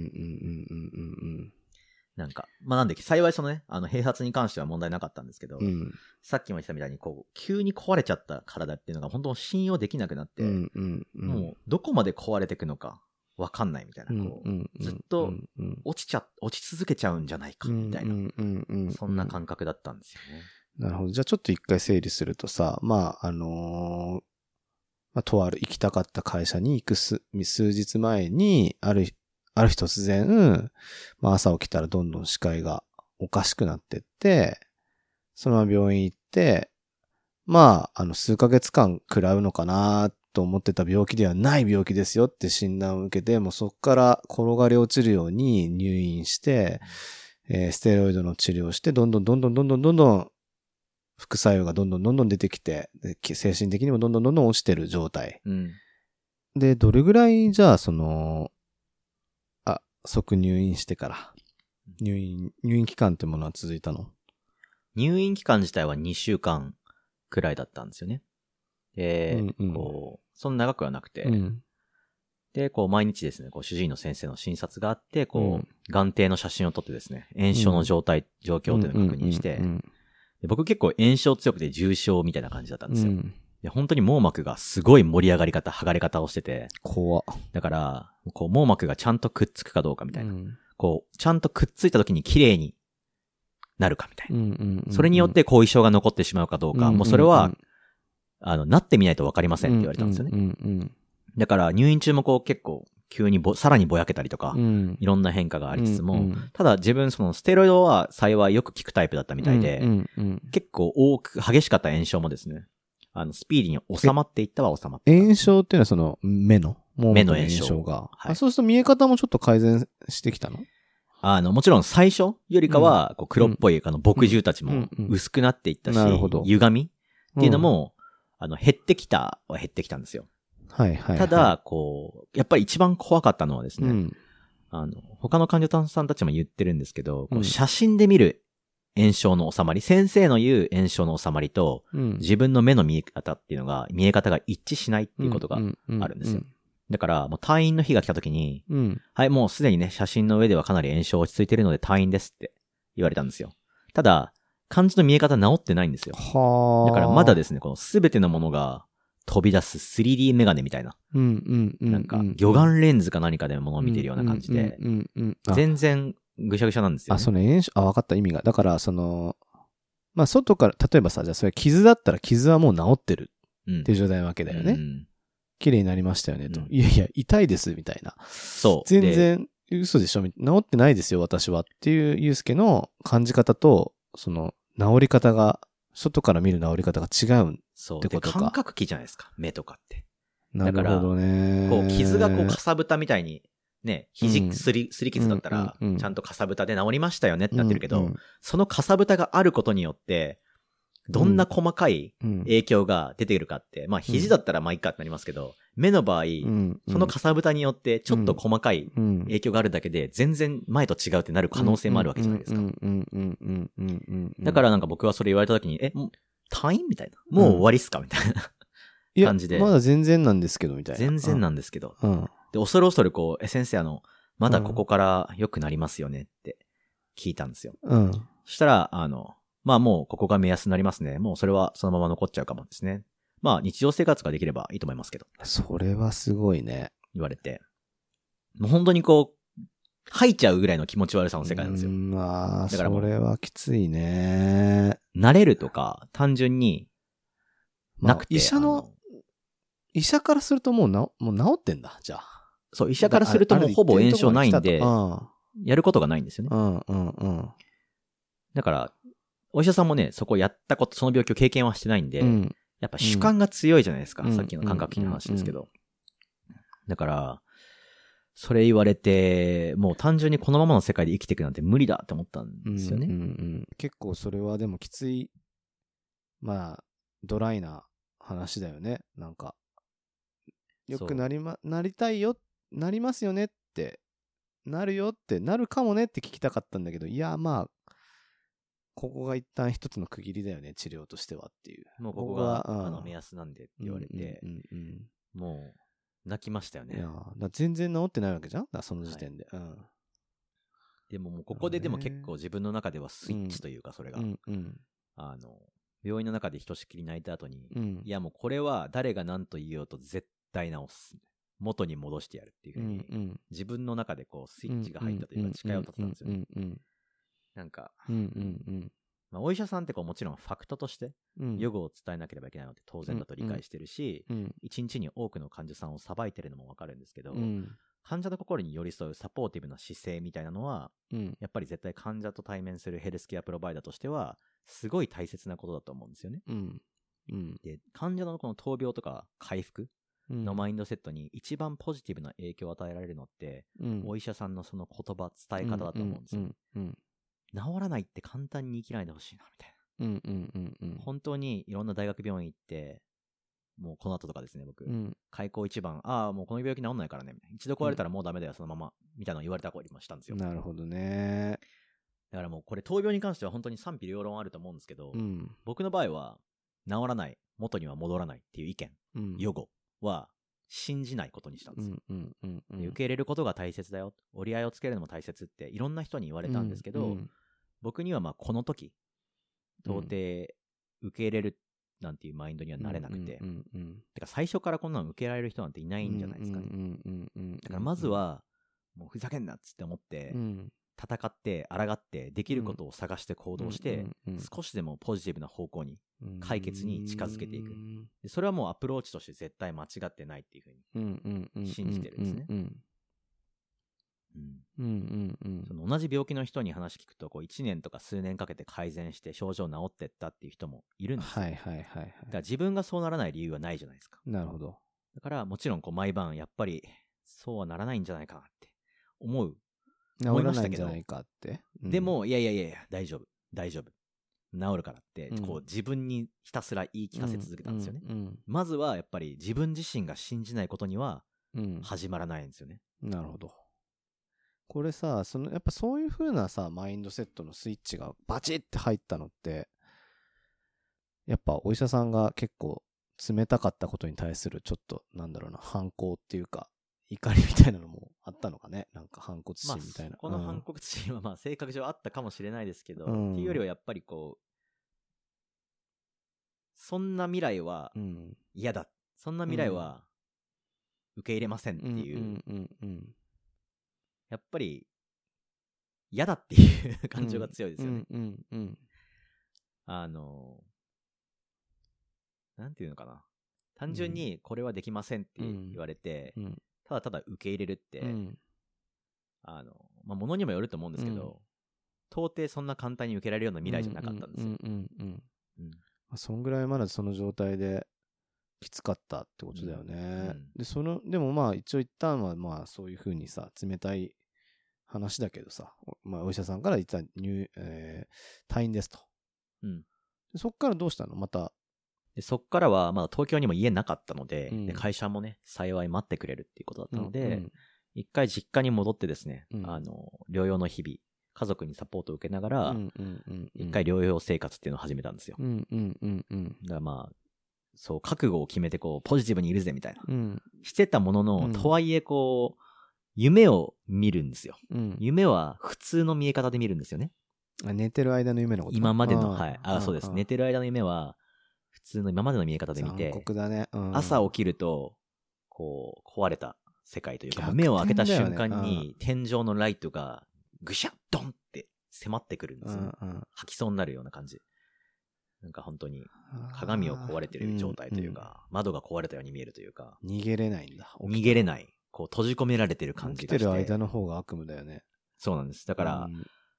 なんか、なんで、幸いそのね、併発に関しては問題なかったんですけど、さっきも言ったみたいに、急に壊れちゃった体っていうのが本当信用できなくなって、もう、どこまで壊れていくのかわかんないみたいな、ずっと落ち続けちゃうんじゃないか、みたいな、そんな感覚だったんですよね。 なるほど。じゃあちょっと一回整理するとさ、とある行きたかった会社に行く数日前に、ある日突然、朝起きたらどんどん視界がおかしくなってって、そのまま病院行って、数ヶ月間食らうのかなと思ってた病気ではない病気ですよって診断を受けて、もうそこから転がり落ちるように入院して、ステロイドの治療をして、どんどん副作用がどんどん出てきて、精神的にもどんどん落ちてる状態。で、どれぐらいじゃあ即入院してから、入院期間ってものは続いたの？ 入院期間自体は2週間くらいだったんですよね。そんな長くはなくて、で、毎日ですね、主治医の先生の診察があって、眼底の写真を撮ってですね、炎症の状況っていうのを確認して、僕結構炎症強くて重症みたいな感じだったんですよ。で本当に網膜がすごい盛り上がり方、剥がれ方をしてて。 怖っ。 だから、網膜がちゃんとくっつくかどうかみたいな。ちゃんとくっついた時に綺麗になるかみたいな。それによって後遺症が残ってしまうかどうか、もうそれは、 なってみないとわかりませんって言われたんですよね。だから入院中もこう結構急にさらにぼやけたりとか、いろんな変化がありつつも、ただ自分そのステロイドは幸いよく効くタイプだったみたいで、結構激しかった炎症もですね、スピーディーに収まっていったは収まっていった。 炎症っていうのはその目の炎症が。はい、そうすると見え方もちょっと改善してきたの？ もちろん最初よりかは、こう黒っぽい墨汁たちも薄くなっていったし、歪みっていうのも、減ってきたんですよ。 はいはい。 ただ、こう、やっぱり一番怖かったのはですね、他の患者さんたちも言ってるんですけど、写真で見る炎症の収まり、先生の言う炎症の収まりと、自分の目の見え方っていうのが、見え方が一致しないっていうことがあるんですよ。だから、もう退院の日が来た時に、はい、もうすでにね、写真の上ではかなり炎症落ち着いているので退院ですって言われたんですよ。ただ、漢字の見え方治ってないんですよ。だからまだですね、このすべてのものが飛び出す 3D メガネみたいな。なんか、魚眼レンズか何かでものを見てるような感じで、全然ぐしゃぐしゃなんですよ、ね。 その炎症、わかった意味が。だから、まあ、外から、例えばさ、じゃあそれ傷だったら傷はもう治ってるっていう状態なわけだよね。綺麗になりましたよねと。いやいや、痛いです、みたいな。 そう。 全然、嘘でしょ、治ってないですよ、私は。っていうユうスケの感じ方と、その、治り方が、外から見る治り方が違うってことか。 感覚器じゃないですか、目とかって。 なるほどね。 こう、傷がこう、かさぶたみたいに、ね、肘すり傷だったら、ちゃんとかさぶたで治りましたよねってなってるけど、そのかさぶたがあることによって、どんな細かい影響が出ているかって、まあ肘だったらまあいいかってなりますけど、目の場合、そのかさぶたによってちょっと細かい影響があるだけで、全然前と違うってなる可能性もあるわけじゃないですか。だからなんか僕はそれ言われた時に、もう退院みたいな。もう終わりっすかみたいな感じで。 まだ全然なんですけど、みたいな。 全然なんですけど。で、恐る恐るこう、先生まだここから良くなりますよねって聞いたんですよ。そしたら、まあもうここが目安になりますね。もうそれはそのまま残っちゃうかもですね。まあ日常生活ができればいいと思いますけど。 それはすごいね。 言われて。もう本当にこう、吐いちゃうぐらいの気持ち悪さの世界なんですよ。 まあ、だからそれはきついね。 慣れるとか、単純に、なくて、 医者からするともう治ってんだ、じゃあ。 そう、医者からするともうほぼ炎症ないんで、やることがないんですよね。だから、お医者さんもね、その病気を経験はしてないんで、やっぱ主観が強いじゃないですか。さっきの感覚器の話ですけど。だから、それ言われて、もう単純にこのままの世界で生きていくなんて無理だって思ったんですよね。 結構それはでもきつい、まあ、ドライな話だよね。なんか、よくなりたいよ、なりますよねって、なるよって、なるかもねって聞きたかったんだけど、いや、まあ、ここが一旦一つの区切りだよね、治療としてはっていう。 もうここが目安なんでって言われて、もう泣きましたよね。 いや全然治ってないわけじゃん、その時点で。 でももうここででも結構自分の中ではスイッチというか、それが。病院の中でひとしきり泣いた後に、いやもうこれは誰が何と言おうと絶対治す。元に戻してやるっていうふうに、自分の中でこうスイッチが入ったというか誓いを立てたんですよね。なんか、まあ、お医者さんってこうもちろんファクトとして予後を伝えなければいけないのって当然だと理解してるし、一日に多くの患者さんをさばいてるのもわかるんですけど、患者の心に寄り添うサポーティブな姿勢みたいなのは、やっぱり絶対患者と対面するヘルスケアプロバイダーとしてはすごい大切なことだと思うんですよね。で、患者のこの闘病とか回復のマインドセットに一番ポジティブな影響を与えられるのって、お医者さんのその言葉、伝え方だと思うんですよ。治らないって簡単に生きないでほしいな、みたいな。本当にいろんな大学病院行って、もうこの後とかですね、僕、開口一番、もうこの病気治んないからね、一度壊れたらもうダメだよ、そのまま、みたいなの言われたりもしたんですよ。 なるほどね。 だからもうこれ、闘病に関しては本当に賛否両論あると思うんですけど、僕の場合は、治らない、元には戻らないっていう意見、予後は信じないことにしたんですよ。受け入れることが大切だよ、折り合いをつけるのも大切っていろんな人に言われたんですけど、僕にはまあこの時到底受け入れるなんていうマインドにはなれなくて、てか最初からこんなの受けられる人なんていないんじゃないですかね。だからまずはもうふざけんなっつって思って、 戦って抗ってできることを探して行動して、少しでもポジティブな方向に解決に近づけていく。でそれはもうアプローチとして絶対間違ってないっていうふうに信じてるんですね。その同じ病気の人に話聞くとこう1年とか数年かけて改善して症状治ってったっていう人もいるんですよ。だから自分がそうならない理由はないじゃないですか。 なるほど。 だからもちろんこう毎晩やっぱりそうはならないんじゃないかなって思いましたけど、でもいや大丈夫治るからって、こう自分にひたすら言い聞かせ続けたんですよね。まずはやっぱり自分自身が信じないことには始まらないんですよね。 なるほど。これさ、やっぱそういう風なさ、マインドセットのスイッチがバチって入ったのって、やっぱお医者さんが結構冷たかったことに対するちょっと、なんだろうな、反抗っていうか、怒りみたいなのもあったのかね。なんか反骨心みたいな。 この反骨心はまあ性格上あったかもしれないですけど、っていうよりはやっぱりこう、そんな未来は嫌だ。そんな未来は受け入れませんっていう。やっぱり嫌だっていう感情が強いですよね。なんていうのかな。単純にこれはできませんって言われて、ただただ受け入れるって、まあ、ものにもよると思うんですけど、到底そんな簡単に受けられるような未来じゃなかったんですよ。 そんぐらいまだその状態できつかったってことだよね。でもまあ一応一旦はまあそういう風にさ、冷たい話だけどさ、まあお医者さんから言った退院ですと。でそっからどうしたの？また。 でそっからはまだ東京にも家なかったので、で会社もね、幸い待ってくれるっていうことだったので、一回実家に戻ってですね、療養の日々、家族にサポートを受けながら、一回療養生活っていうのを始めたんですよ。だからまあ、そう、覚悟を決めてこう、ポジティブにいるぜみたいな。してたものの、とはいえこう、夢を見るんですよ。夢は普通の見え方で見るんですよね。 寝てる間の夢のこと？ 今までの、はい。そうです。寝てる間の夢は、普通の今までの見え方で見て、 残酷だね。 朝起きると、こう、壊れた世界というか、目を開けた瞬間に、天井のライトが、ぐしゃっドンって迫ってくるんですよ。吐きそうになるような感じ。なんか本当に鏡を壊れてる状態というか、窓が壊れたように見えるというか。 逃げれないんだ。 逃げれない。こう閉じ込められてる感じがして。 起きてる間の方が悪夢だよね。 そうなんです。だから、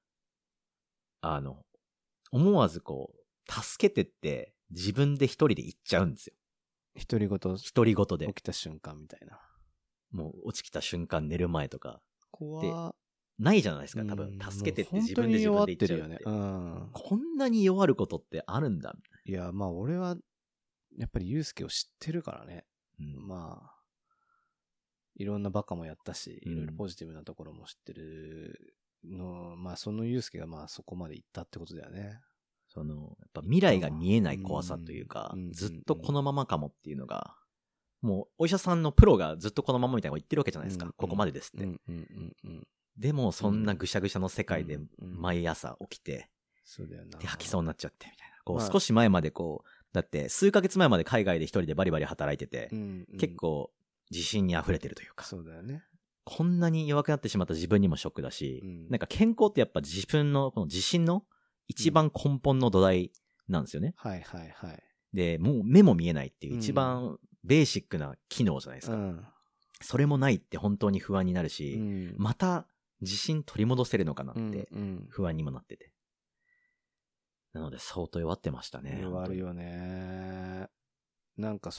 思わずこう、助けてって自分で一人で言っちゃうんですよ。 独り言で。起きた瞬間みたいな。 もう起きた瞬間寝る前とか。 怖ないじゃないですか、多分。助けてって自分で言っちゃうって。 よね。 こんなに弱ることってあるんだ。 いや、まあ俺は、やっぱりユースケを知ってるからね。まあ、いろんなバカもやったし、いろいろポジティブなところも知ってるの、まあそのユースケがまあそこまで行ったってことだよね。 やっぱ未来が見えない怖さというか、ずっとこのままかもっていうのが、もうお医者さんのプロがずっとこのままみたいなこと言ってるわけじゃないですか。ここまでですって。でもそんなぐしゃぐしゃの世界で毎朝起きて、で吐きそうになっちゃってみたいな。こう少し前までこう、だって数ヶ月前まで海外で一人でバリバリ働いてて、結構自信に溢れてるというか。 そうだよね。 こんなに弱くなってしまった自分にもショックだし、なんか健康ってやっぱ自分のこの自信の一番根本の土台なんですよね。で、もう目も見えないっていう一番ベーシックな機能じゃないですか。それもないって本当に不安になるし、また自信取り戻せるのかなって不安にもなってて。なので相当弱ってましたね。 弱るよね。なんか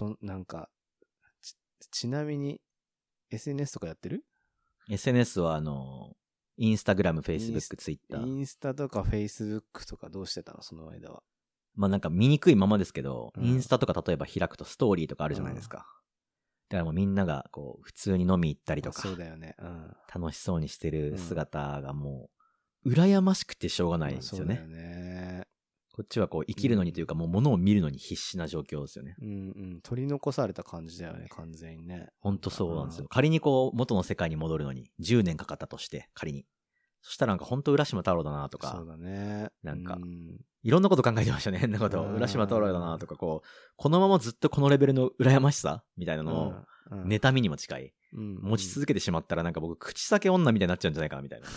ちなみに SNS とかやってる？ SNS はインスタグラム、フェイスブック、ツイッター。 インスタとかフェイスブックとかどうしてたのその間は。 まあなんか見にくいままですけど、インスタとか例えば開くとストーリーとかあるじゃないですか。だからもうみんながこう普通に飲み行ったりとか、 そうだよね。 楽しそうにしてる姿がもう羨ましくてしょうがないんですよね。 そうだよね。 こっちはこう生きるのにというかもう物を見るのに必死な状況ですよね。 取り残された感じだよね、完全にね。 ほんとそうなんですよ。仮にこう元の世界に戻るのに10年かかったとして、仮に。そしたらなんかほんと浦島太郎だなとか。 そうだね。 なんか、いろんなこと考えてましたね。変なこと。浦島太郎だなとか、こう、このままずっとこのレベルの羨ましさみたいなのを、妬みにも近い。持ち続けてしまったらなんか僕、口裂け女みたいになっちゃうんじゃないかなみたいな。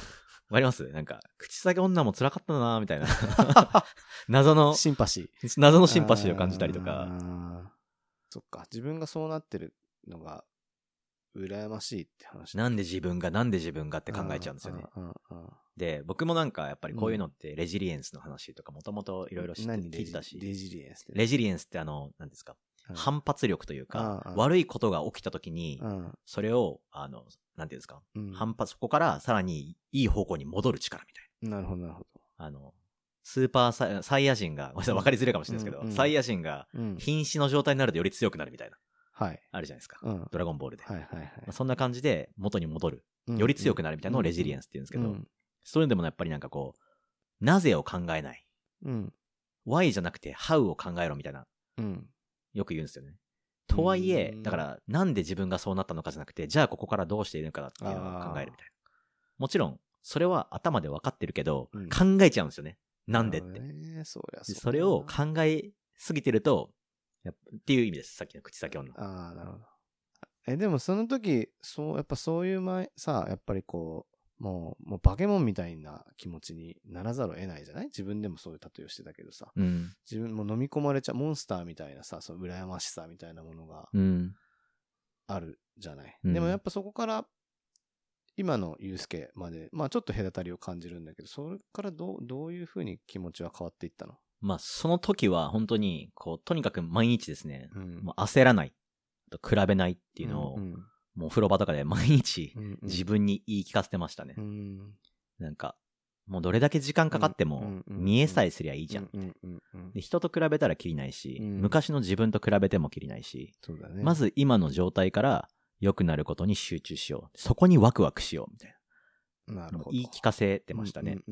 わかります？なんか、口先女も辛かったなみたいな。謎のシンパシー。 謎のシンパシーを感じたりとか。 そっか。自分がそうなってるのが、羨ましいって話。 なんで自分がって考えちゃうんですよね。で、僕もなんかやっぱりこういうのってレジリエンスの話とかもともといろいろ聞いてたし。 レジリエンスって。 レジリエンスって何ですか、反発力というか、悪いことが起きた時に、それを、なんていうんですか、そこからさらにいい方向に戻る力みたいな。 なるほど、なるほど。スーパーサイヤ人が、ごめんなさい、分かりづらいかもしれないですけど、サイヤ人が瀕死の状態になるとより強くなるみたいな。 はい。 あるじゃないですか。ドラゴンボールで。 はいはいはい。 そんな感じで元に戻る。より強くなるみたいなのをレジリエンスって言うんですけど、そういうのでもやっぱりなんかこう、なぜを考えない。why じゃなくて how を考えろみたいな。よく言うんですよね。とはいえ、だからなんで自分がそうなったのかじゃなくて、じゃあここからどうしているのかっていうのを考えるみたいな。もちろん、それは頭で分かってるけど、考えちゃうんですよね。なんでって。それを考えすぎてると、っていう意味です。さっきの口先女。 なるほど。でもその時、やっぱそういうさ、やっぱりこう、もう化け物みたいな気持ちにならざるを得ないじゃない？自分でもそういう例えをしてたけどさ。自分も飲み込まれちゃう、モンスターみたいなさ、その羨ましさみたいなものがあるじゃない。でもやっぱそこから、今のユうスケまで、ちょっと隔たりを感じるんだけど、それからどういう風に気持ちは変わっていったの？ その時は本当に、とにかく毎日ですね、もう焦らない、比べないっていうのを、もうお風呂場とかで毎日自分に言い聞かせてましたね。なんか、もうどれだけ時間かかっても見えさえすりゃいいじゃん。で、人と比べたらきりないし、昔の自分と比べてもきりないし、まず今の状態から良くなることに集中しよう。そこにワクワクしようみたいな。なるほど。言い聞かせてましたね。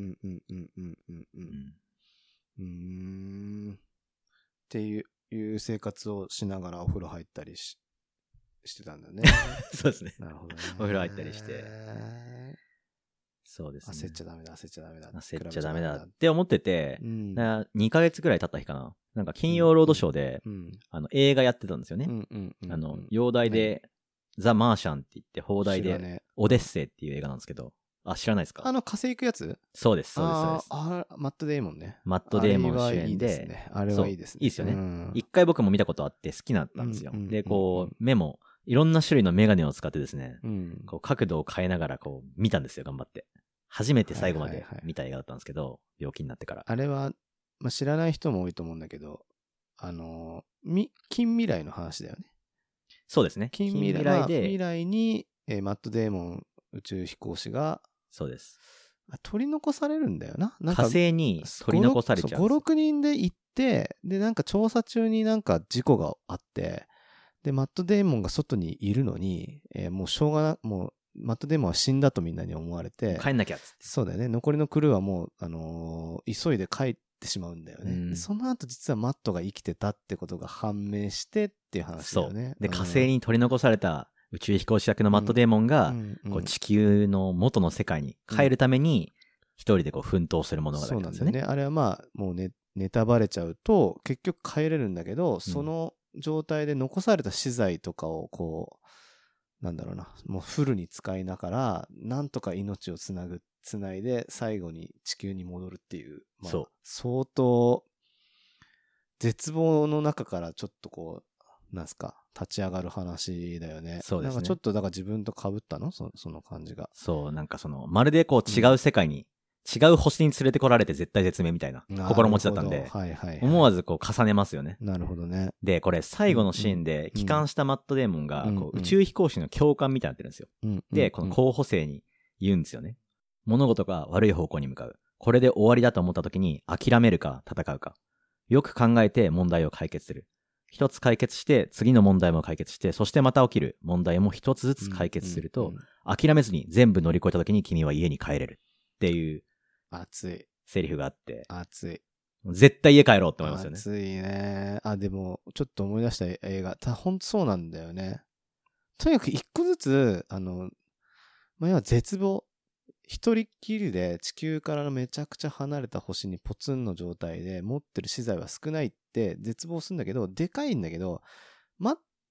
っていう生活をしながらお風呂入ったりしてたんだね。 そうですね。 なるほどね。 お風呂入ったりして。そうですね。 焦っちゃダメだ。焦っちゃダメだって思ってて、2ヶ月ぐらい経った日かな。なんか金曜ロードショーで、映画やってたんですよね。洋題で、ザ・マーシャンって言って、邦題で、オデッセイっていう映画なんですけど、知らないですか？ 火星行くやつ？ そうです。 マットデーモンね。 マットデーモン主演で。 あれはいいですね。 いいですよね。一回僕も見たことあって好きだったんですよ。で、こう、目も、いろんな種類のメガネを使ってですね、こう角度を変えながらこう見たんですよ、頑張って。初めて最後まで見た映画だったんですけど、病気になってから。 あれは、知らない人も多いと思うんだけど、近未来の話だよね。 そうですね。 近未来で。未来に、マットデーモン宇宙飛行士が、 そうです。 取り残されるんだよな。 火星に取り残されちゃう。 5、6人で行って、で、なんか調査中になんか事故があって、で、マットデーモンが外にいるのに、もうしょうがな、もう、マットデーモンは死んだとみんなに思われて。 帰んなきゃっつって。 そうだよね。残りのクルーはもう、急いで帰ってしまうんだよね。その後実はマットが生きてたってことが判明してっていう話だよね。 そう。で、火星に取り残された宇宙飛行士役のマットデーモンが、こう地球の元の世界に帰るために、一人でこう奮闘する物語なんですよね。 そうなんだよね。あれはもうネタバレちゃうと、結局帰れるんだけど、その状態で残された資材とかをこう、なんだろうな、もうフルに使いながら、なんとか命をつないで、最後に地球に戻るっていう、相当、絶望の中からちょっとこう、なんすか、立ち上がる話だよね。 そうですね。 なんかちょっとだから自分と被ったの？その感じが。 そう、なんかまるでこう違う世界に、違う星に連れてこられて絶対絶命みたいな心持ちだったんで、思わずこう重ねますよね。 なるほどね。 で、これ最後のシーンで帰還したマットデーモンがこう宇宙飛行士の教官みたいになってるんですよ。で、この候補生に言うんですよね。物事が悪い方向に向かう。これで終わりだと思った時に諦めるか戦うか。よく考えて問題を解決する。一つ解決して次の問題も解決して、そしてまた起きる問題も一つずつ解決すると、諦めずに全部乗り越えた時に君は家に帰れるっていう熱いセリフがあって、 熱い。 絶対家帰ろうって思いますよね。 熱いね。でもちょっと思い出した映画、ほんとそうなんだよね。とにかく一個ずつ要絶望、一人っきりで地球からのめちゃくちゃ離れた星にポツンの状態で持ってる資材は少ないって絶望するんだけど、でかいんだけど、待っ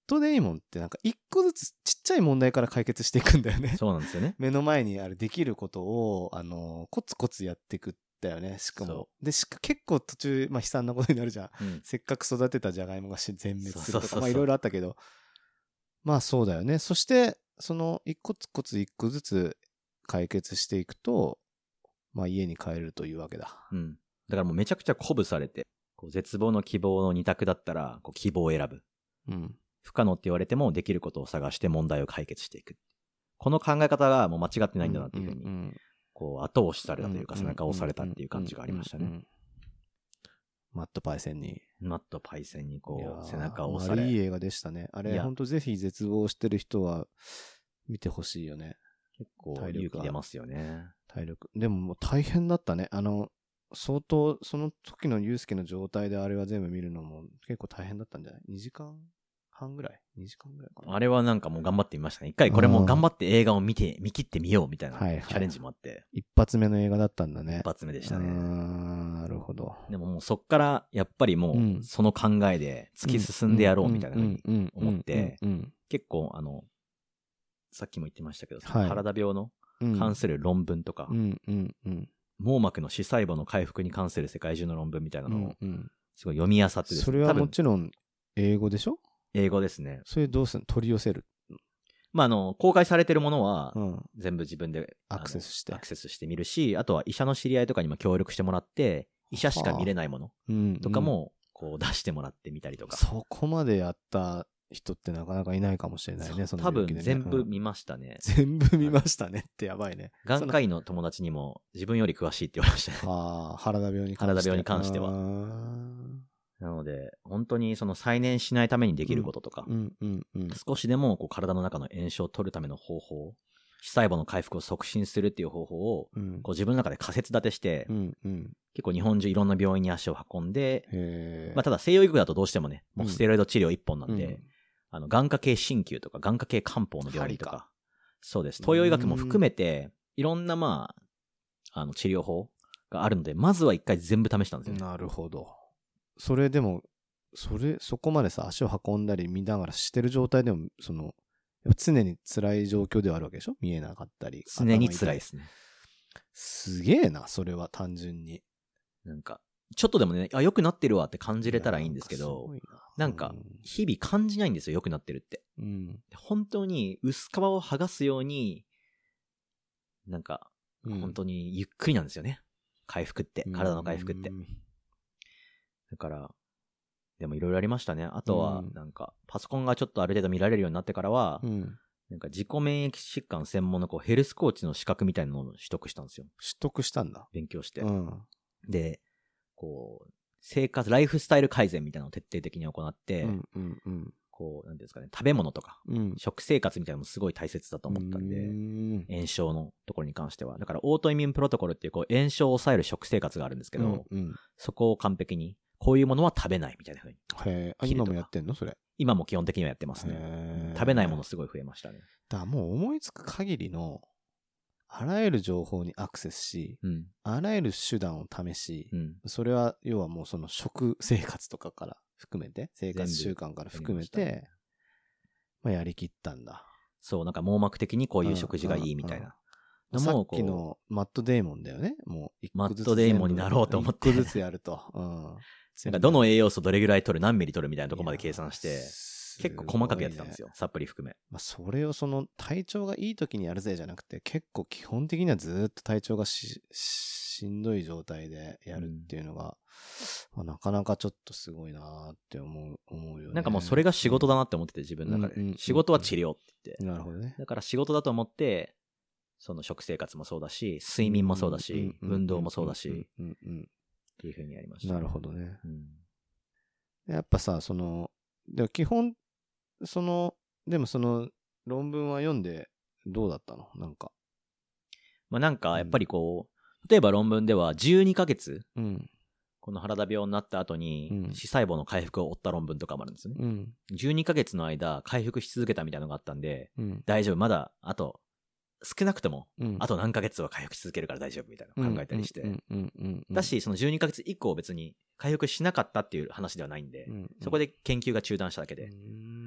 トデイモンってなんか一個ずつちっちゃい問題から解決していくんだよね。 そうなんですよね。 目の前にあるできることを、コツコツやっていくんだよね。しかも。で、結構途中、まあ悲惨なことになるじゃん。 うん。 せっかく育てたジャガイモが全滅するとか、 そうそうそうそうまあいろいろあったけど。まあそうだよね。そして、その一個一個ずつ解決していくと、まあ家に帰れるというわけだ。 うん。だからもうめちゃくちゃ鼓舞されて、こう絶望の希望の二択だったら、こう希望を選ぶ。 うん。 不可能って言われてもできることを探して問題を解決していく。この考え方がもう間違ってないんだなっていうふうに、こう後押しされたというか背中を押されたっていう感じがありましたね。 マットパイセンにこう背中を押され。 いい映画でしたね。あれ本当ぜひ絶望してる人は見てほしいよね。 結構勇気出ますよね。 体力。でももう大変だったね。相当その時のユうスケの状態であれは全部見るのも結構大変だったんじゃない ?2 時間半ぐらい ?2 時間ぐらいかな。 あれはなんかもう頑張ってみましたね。一回これも頑張って映画を見切ってみようみたいなチャレンジもあって。 一発目の映画だったんだね。 一発目でしたね。 なるほど。 でももうそっからやっぱりもうその考えで突き進んでやろうみたいなふうに思って、結構さっきも言ってましたけど、体病の関する論文とか、網膜の視細胞の回復に関する世界中の論文みたいなのをすごい読み漁ってですね。 それはもちろん英語でしょ？ 英語ですね。 それどうするの？取り寄せる？ まあ公開されてるものは全部自分でアクセスしてみるし、あとは医者の知り合いとかにも協力してもらって、医者しか見れないものとかもこう出してもらってみたりとか。 そこまでやった人ってなかなかいないかもしれないね。 多分全部見ましたね。 全部見ましたねってやばいね。 眼科医の友達にも自分より詳しいって言われましたね。 ああ、原田病に関しては。なので、本当にその再燃しないためにできることとか、少しでもこう体の中の炎症を取るための方法、視細胞の回復を促進するっていう方法を、こう自分の中で仮説立てして、結構日本中いろんな病院に足を運んで、まあただ西洋医学だとどうしてもね、もうステロイド治療一本なんで、眼科系鍼灸とか眼科系漢方の病院とか、そうです。東洋医学も含めて、いろんなまあ、治療法があるので、まずは一回全部試したんですよね。 なるほど。それでも、そこまでさ、足を運んだり見ながらしてる状態でも、常に辛い状況ではあるわけでしょ？見えなかったり。 常に辛いですね。 すげえな、それは単純に。 なんか、ちょっとでもね、良くなってるわって感じれたらいいんですけど、なんか、日々感じないんですよ、良くなってるって。本当に薄皮を剥がすように、なんか、本当にゆっくりなんですよね。回復って、体の回復って。だから、でもいろいろありましたね。あとは、なんか、パソコンがちょっとある程度見られるようになってからは、なんか自己免疫疾患専門のヘルスコーチの資格みたいなのを取得したんですよ。 取得したんだ。 勉強して。で、ライフスタイル改善みたいなのを徹底的に行って、なんていうんですかね、食べ物とか、食生活みたいなのもすごい大切だと思ったんで、炎症のところに関しては。だから、オートイミュンプロトコルっていう炎症を抑える食生活があるんですけど、そこを完璧に、こういうものは食べないみたいな風に。 今もやってんのそれ？ 今も基本的にはやってますね。食べないものすごい増えましたね。 だからもう思いつく限りの、あらゆる情報にアクセスし、あらゆる手段を試し、それは要はもうその食生活とかから含めて、生活習慣から含めて、まあやりきったんだ。 そう、なんか網膜的にこういう食事がいいみたいな。 さっきのマットデーモンだよね。もうマットデーモンになろうと思って。 一個ずつやると。 なんかどの栄養素どれぐらい取る、何ミリ取るみたいなところまで計算して、結構細かくやってたんですよ。サプリ含め。 まあそれを体調がいい時にやるぜじゃなくて、結構基本的にはずっと体調がしんどい状態でやるっていうのが、まあ、なかなかちょっとすごいなーって思うよね。 なんかもうそれが仕事だなって思ってて、自分の中で。仕事は治療って言って。 なるほどね。 だから仕事だと思って、その食生活もそうだし、睡眠もそうだし、運動もそうだし、っていう風にやりました。 なるほどね。やっぱさ、でも基本、でも論文は読んでどうだったの？なんか。 まあなんか、やっぱり例えば論文では12ヶ月、この原田病になった後に、視細胞の回復を追った論文とかもあるんですよね。12ヶ月の間、回復し続けたみたいなのがあったんで、大丈夫、まだ、あと、少なくとも、あと何ヶ月は回復し続けるから大丈夫みたいなのを考えたりして。だし、その12ヶ月以降別に回復しなかったっていう話ではないんで、そこで研究が中断しただけで。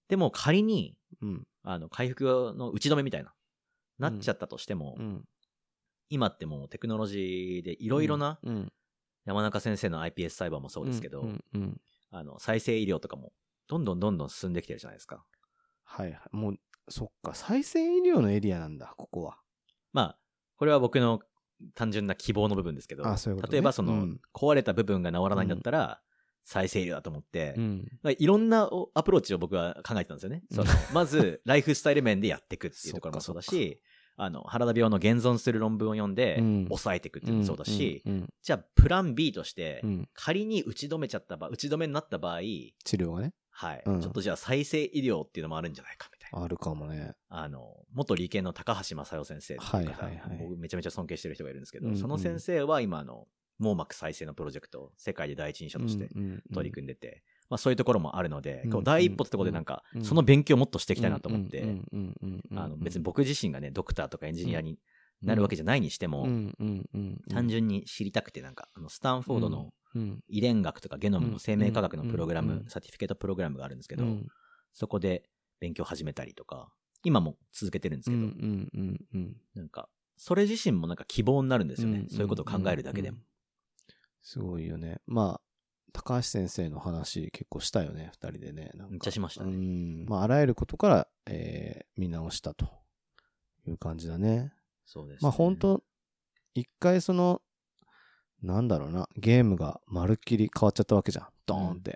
でも仮に、 うん。 回復の打ち止めみたいなっちゃったとしても、今ってもうテクノロジーでいろいろな、山中先生の iPS 細胞もそうですけど、再生医療とかもどんどん進んできてるじゃないですか。 はいはい。もう、そっか、再生医療のエリアなんだ、ここは。 まあ、これは僕の単純な希望の部分ですけど、 そういうことね、 例えば壊れた部分が治らないんだったら、再生医療だと思って、いろんなアプローチを僕は考えてたんですよね。まず、ライフスタイル面でやっていくっていうところもそうだし、原田病の現存する論文を読んで、抑えていくっていうのもそうだし、じゃあ、プラン B として、仮に打ち止めになった場合、治療がね。 はい。ちょっとじゃあ、再生医療っていうのもあるんじゃないかみたいな。 あるかもね。 元理系の高橋正代先生っていう方、僕めちゃめちゃ尊敬してる人がいるんですけど、その先生は今網膜再生のプロジェクトを世界で第一人者として取り組んでて、まあそういうところもあるので、第一歩ってところでなんか、その勉強をもっとしていきたいなと思って、別に僕自身がね、ドクターとかエンジニアになるわけじゃないにしても、単純に知りたくて、なんか、スタンフォードの遺伝学とかゲノムの生命科学のプログラム、サティフィケートプログラムがあるんですけど、そこで勉強始めたりとか、今も続けてるんですけど、なんか、それ自身もなんか希望になるんですよね。そういうことを考えるだけでも。 すごいよね。まあ、高橋先生の話結構したよね、二人でね。 めっちゃしましたね。 まあ、あらゆることから、見直したという感じだね。 そうですね。 まあ、本当一回なんだろうな、ゲームがまるっきり変わっちゃったわけじゃん。ドーンって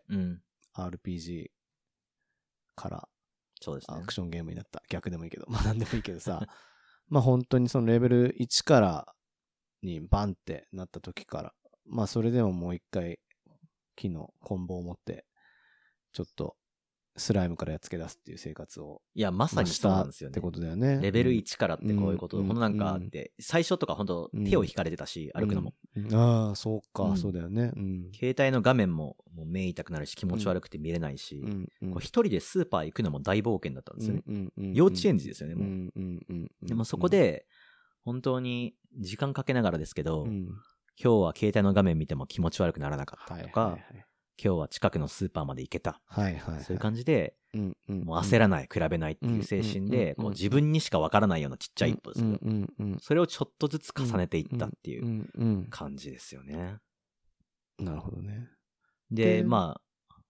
。RPG から、 そうですね。 アクションゲームになった。逆でもいいけど。まあ、なんでもいいけどさ。まあ、本当にそのレベル1からにバンってなった時から、まあそれでももう一回木の棍棒を持ってちょっとスライムからやっつけ出すっていう生活をいやまさにそうなんですよねってことだよね。 レベル1からってこういうこと、ほんとなんかあって、最初とかほんと手を引かれてたし、歩くのも、 ああそうか、そうだよね、 携帯の画面ももう目痛くなるし気持ち悪くて見れないし、一人でスーパー行くのも大冒険だったんですよね、幼稚園児ですよねもう、でもそこで本当に時間かけながらですけど、今日は携帯の画面見ても気持ち悪くならなかったとか、今日は近くのスーパーまで行けた、そういう感じで、もう焦らない、比べないっていう精神で、こう自分にしかわからないようなちっちゃい一歩ですけど、それをちょっとずつ重ねていったっていう感じですよね。 なるほどね。 で、まあ、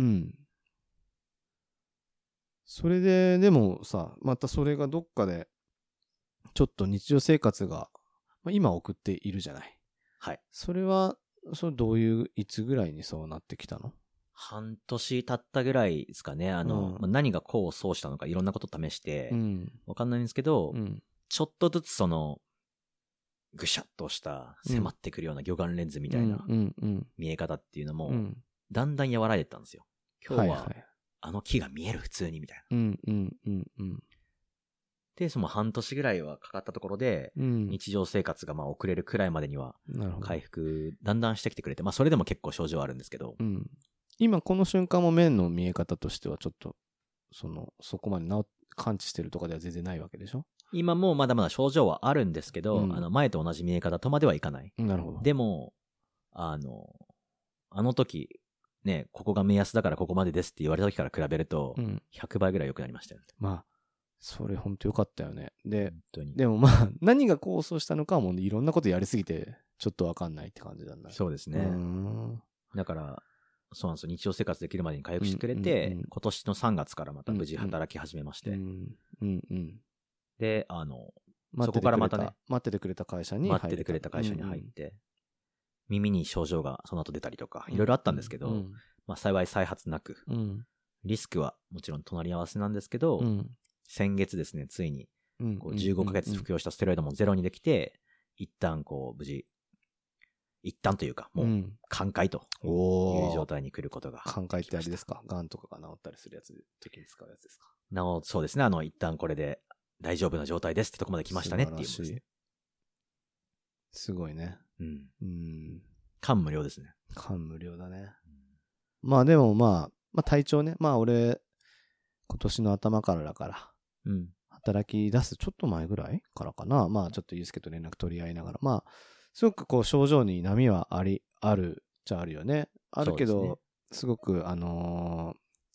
それで、でもさ、またそれがどっかで、ちょっと日常生活が、今送っているじゃない。 はい。 それは、どういう、いつぐらいにそうなってきたの？ 半年経ったぐらいですかね。何が功を奏したのかいろんなこと試して、わかんないんですけど、ちょっとずつぐしゃっとした迫ってくるような魚眼レンズみたいな見え方っていうのも、だんだん和らいでったんですよ。今日は、あの木が見える普通にみたいな。で、その半年ぐらいはかかったところで、日常生活が遅れるくらいまでには、回復、だんだんしてきてくれて、それでも結構症状はあるんですけど。 今この瞬間も面の見え方としてはちょっと、そこまで感知してるとかでは全然ないわけでしょ？ 今もまだまだ症状はあるんですけど、前と同じ見え方とまではいかない。 なるほど。 でも、あの時、ね、ここが目安だからここまでですって言われた時から比べると、100倍ぐらい良くなりましたよね。 まあ、それ本当良かったよね。でもまあ、何が功を奏したのかはもういろんなことやりすぎて、ちょっとわかんないって感じなんだ。 そうですね。だから、そうなんですよ。日常生活できるまでに回復してくれて、今年の3月からまた無事働き始めまして。で、そこからまたね、 待っててくれた会社に入って、耳に症状がその後出たりとか、いろいろあったんですけど、幸い再発なく、リスクはもちろん隣り合わせなんですけど、先月ですね、ついに、15ヶ月服用したステロイドもゼロにできて、一旦無事、一旦というか、もう、寛解という状態に来ることが。 寛解ってあれですか？癌とかが治ったりするやつ、時に使うやつですか？ そうですね、一旦これで大丈夫な状態ですってとこまで来ましたねっていうですね。 すごいね。 感無量ですね。 感無量だね。まあでもまあ体調ね、俺、今年の頭からだから、働き出すちょっと前ぐらいからかな。ちょっとユースケと連絡取り合いながら、すごく症状に波はあるっちゃあるよね。あるけど、すごく、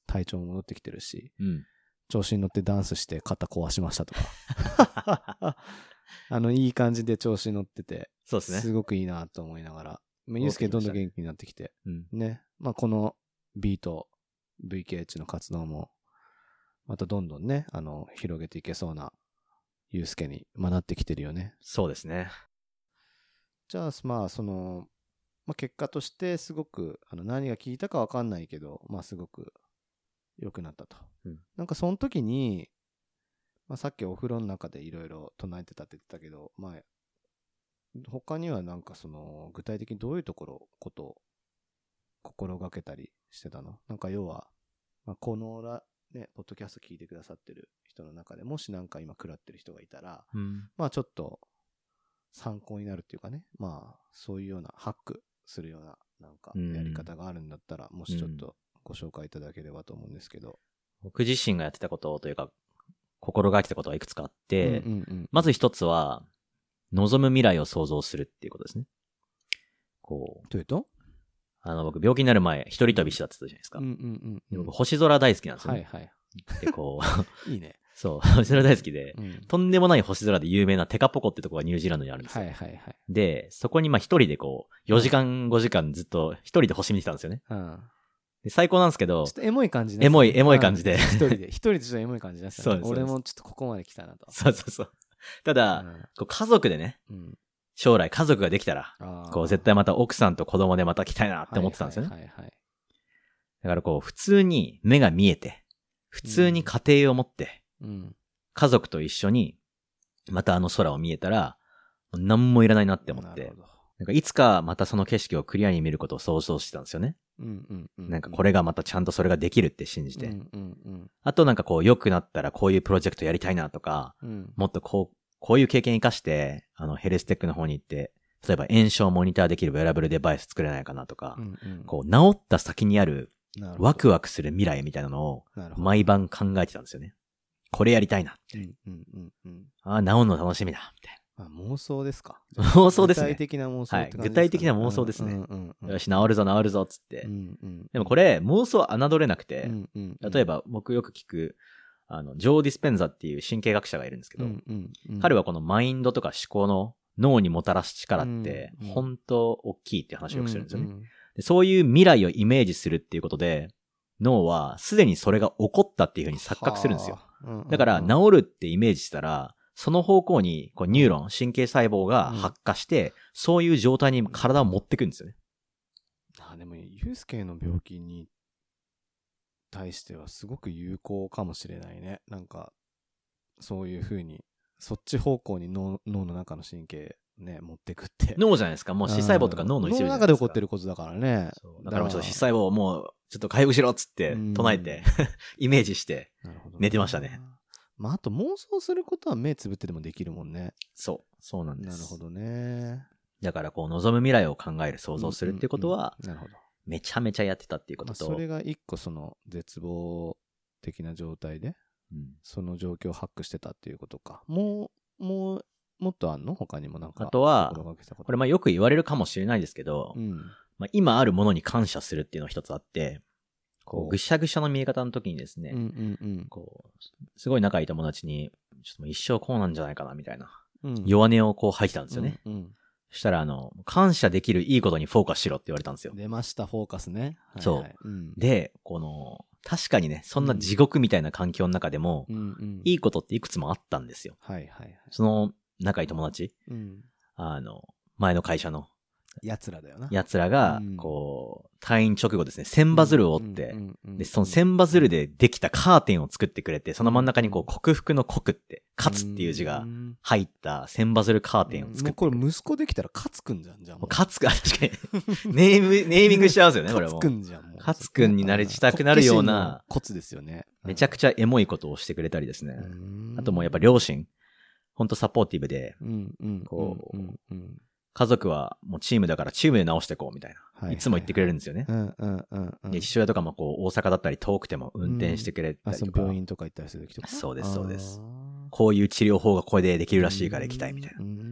体調も戻ってきてるし、 うん。 調子に乗ってダンスして肩壊しましたとか。いい感じで調子に乗ってて、 そうですね。 すごくいいなと思いながら、ゆうすけどんどん元気になってきて、 うん。 ね。まあ、この B と VKH の活動も、またどんどんね、広げていけそうなゆうすけに、なってきてるよね。 そうですね。 じゃあ、まあ、結果としてすごく、何が効いたかわかんないけど、すごく良くなったと。 うん。 なんかその時に、さっきお風呂の中でいろいろ唱えてたって言ってたけど、他にはなんか具体的にどういうことを心がけたりしてたの？なんか要は、このね、ポッドキャスト聞いてくださってる人の中でもしなんか今食らってる人がいたら、ちょっと参考になるっていうかね、そういうようなハックするようななんかやり方があるんだったら、もしちょっとご紹介いただければと思うんですけど。 僕自身がやってたことというか、心がけたことがいくつかあって、まず一つは、望む未来を想像するっていうことですね。こう。 というと？ 僕病気になる前、一人旅してたって言ったじゃないですか。で僕星空大好きなんですよね。 はいはい。 で、こう。 いいね。 そう、星空大好きで、とんでもない星空で有名なテカポコってとこがニュージーランドにあるんですよ。 はいはいはい。 で、そこに一人で4時間5時間ずっと一人で星見てたんですよね。で最高なんですけど、 ちょっとエモい感じね。 エモい感じで。 一人でちょっとエモい感じですよね。 そうです。 俺もちょっとここまで来たなと。 そう。ただ、家族でね、将来家族ができたら、絶対また奥さんと子供でまた来たいなって思ってたんですよね。だから普通に目が見えて、普通に家庭を持って、家族と一緒に、また空を見えたら、何もいらないなって思って、なんかいつかまたその景色をクリアに見ることを想像してたんですよね。なんかこれがまたちゃんとそれができるって信じて。あとなんか良くなったらこういうプロジェクトやりたいなとか、もっとこういう経験活かして、ヘルステックの方に行って、例えば炎症をモニターできるウェアラブルデバイス作れないかなとか、治った先にあるワクワクする未来みたいなのを毎晩考えてたんですよね。これやりたいなって。治るの楽しみだ、みたいな。 妄想ですか？ 妄想ですね。 具体的な妄想って感じですかね。 具体的な妄想ですね。よし、治るぞ、つって。でもこれ、妄想侮れなくて、例えば僕よく聞く、ジョー・ディスペンザっていう神経学者がいるんですけど、彼はこのマインドとか思考の脳にもたらす力って、本当大きいって話をよくするんですよね。でそういう未来をイメージするっていうことで、脳はすでにそれが起こったっていう風に錯覚するんですよ。だから治るってイメージしたら、その方向にニューロン、神経細胞が発火して、そういう状態に体を持ってくんですよね。 でも、ユースケの病気に対してはすごく有効かもしれないね。なんか、そういう風に、そっち方向に脳の中の神経ね、持ってくって。 脳じゃないですか。もう視細胞とか脳の一部じゃないですか。 脳の中で起こってることだからね。 だからもうちょっと視細胞をもう、ちょっと回復しろっつって唱えて、イメージして、寝てましたね。 あと妄想することは目つぶってでもできるもんね。 そうなんです。 なるほどね。 だから望む未来を考える、想像するっていうことは、 なるほど。 めちゃめちゃやってたっていうことと。 それが一個絶望的な状態で、その状況をハックしてたっていうことか。もっとあんの？他にもなんか。 あとは、これよく言われるかもしれないですけど、今あるものに感謝するっていうのが一つあって、ぐしゃぐしゃの見え方の時にですね、すごい仲いい友達に、ちょっともう一生こうなんじゃないかなみたいな、弱音を吐いてたんですよね。そしたら感謝できるいいことにフォーカスしろって言われたんですよ。 出ました、フォーカスね。 そう。で、確かにね、そんな地獄みたいな環境の中でも、いいことっていくつもあったんですよ。その仲いい友達、前の会社の、 奴らだよな。 奴らが、退院直後ですね、千羽鶴を折って、で、その千羽鶴でできたカーテンを作ってくれて、その真ん中に克服の克って、勝つっていう字が入った千羽鶴カーテンを作ってくれて。 もうこれ息子できたら勝つくんじゃん、じゃあもう。 勝つか、確かに。ネーミングしちゃうんですよね、これも。 勝つくんじゃん、もう。 勝つくんになりしたくなるような、 コツですよね。 めちゃくちゃエモいことをしてくれたりですね。あともうやっぱ両親、ほんとサポーティブで、家族はもうチームだからチームで直していこうみたいな。いつも言ってくれるんですよね。で、父親とかも大阪だったり遠くても運転してくれたりとか。 病院とか行ったりする時とか。 そうです。こういう治療法がこれでできるらしいから行きたいみたいな。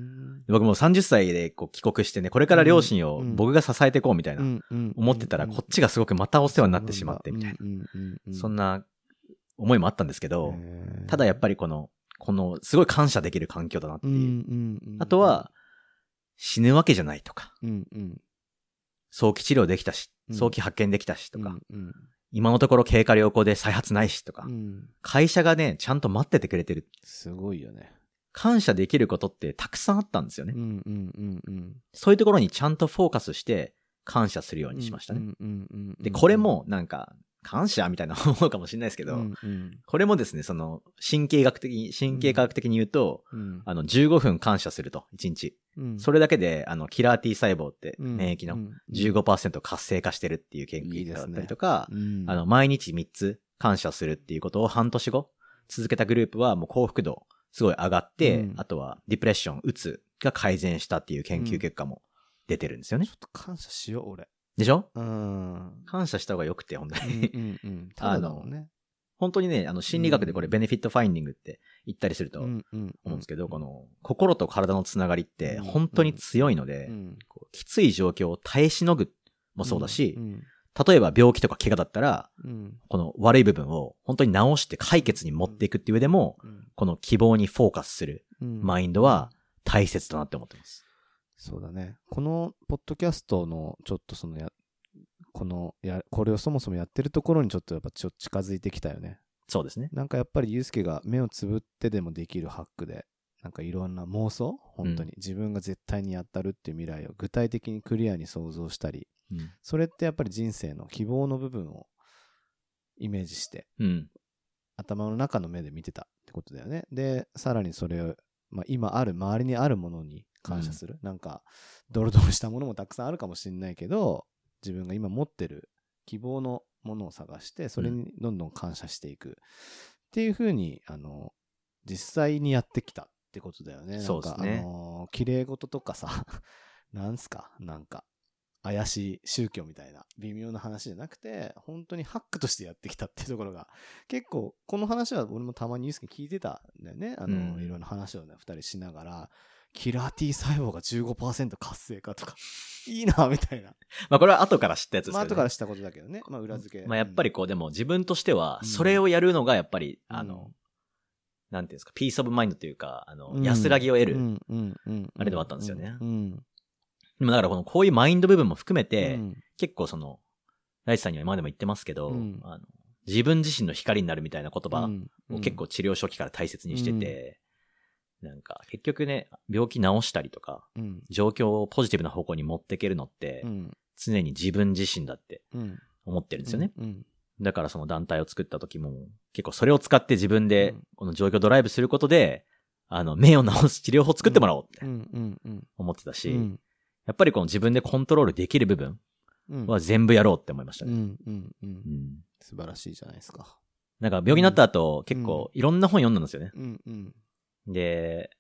僕もう30歳でこう帰国してね、これから両親を僕が支えていこうみたいな、思ってたら、こっちがすごくまたお世話になってしまってみたいな。そんな思いもあったんですけど、ただやっぱりこの、すごい感謝できる環境だなっていう。あとは、死ぬわけじゃないとか、早期治療できたし、早期発見できたしとか、今のところ経過良好で再発ないしとか、会社がね、ちゃんと待っててくれてる。 すごいよね。 感謝できることってたくさんあったんですよね。そういうところにちゃんとフォーカスして感謝するようにしましたね。で、これもなんか、感謝みたいな思うかもしれないですけど、これもですね、その、神経科学的に言うと、15分感謝すると、1日。それだけで、キラー T 細胞って免疫の 15% 活性化してるっていう研究だったりとか、毎日3つ感謝するっていうことを半年後続けたグループはもう幸福度すごい上がって、あとはディプレッション、うつが改善したっていう研究結果も出てるんですよね。 ちょっと感謝しよう、俺。 でしょ？感謝した方が良くて、本当に。 ただだもんね。 本当にね、心理学でこれベネフィットファインディングって言ったりすると思うんですけど、この心と体のつながりって本当に強いので、きつい状況を耐えしのぐもそうだし、例えば病気とか怪我だったら、この悪い部分を本当に治して解決に持っていくっていう上でも、この希望にフォーカスするマインドは大切だなって思ってます。 そうだね。このポッドキャストのちょっとこれをそもそもやってるところにちょっと近づいてきたよね。 そうですね。 なんかやっぱりユースケが目をつぶってでもできるハックで、なんかいろんな妄想、本当に自分が絶対にやったるっていう未来を具体的にクリアに想像したり、それってやっぱり人生の希望の部分をイメージして、頭の中の目で見てたってことだよね。で、さらにそれを、今周りにあるものに感謝する。なんか、ドロドロしたものもたくさんあるかもしれないけど、自分が今持ってる希望のものを探して、それにどんどん感謝していく。っていう風に、実際にやってきたってことだよね。 そうですね。 綺麗事とかさ、なんすか、なんか、怪しい宗教みたいな微妙な話じゃなくて、本当にハックとしてやってきたっていうところが、結構、この話は俺もたまにユースケ聞いてたんだよね。いろんな話をね、二人しながら、キラー T 細胞が 15% 活性化とか、いいな、みたいな。 これは後から知ったやつですけどね。 後から知ったことだけどね。裏付け。 やっぱりでも自分としては、それをやるのがやっぱり、なんていうんですか、ピースオブマインドというか、安らぎを得る、あれではあったんですよね。でもだからこういうマインド部分も含めて、結構ライスさんには今までも言ってますけど、自分自身の光になるみたいな言葉を結構治療初期から大切にしてて、なんか結局ね、病気治したりとか、状況をポジティブな方向に持っていけるのって、常に自分自身だって思ってるんですよね。だからその団体を作った時も、結構それを使って自分でこの状況をドライブすることで、目を治す治療法を作ってもらおうって思ってたし、やっぱりこの自分でコントロールできる部分は全部やろうって思いましたね。 素晴らしいじゃないですか。 なんか病気になった後、結構いろんな本読んだんですよね。で、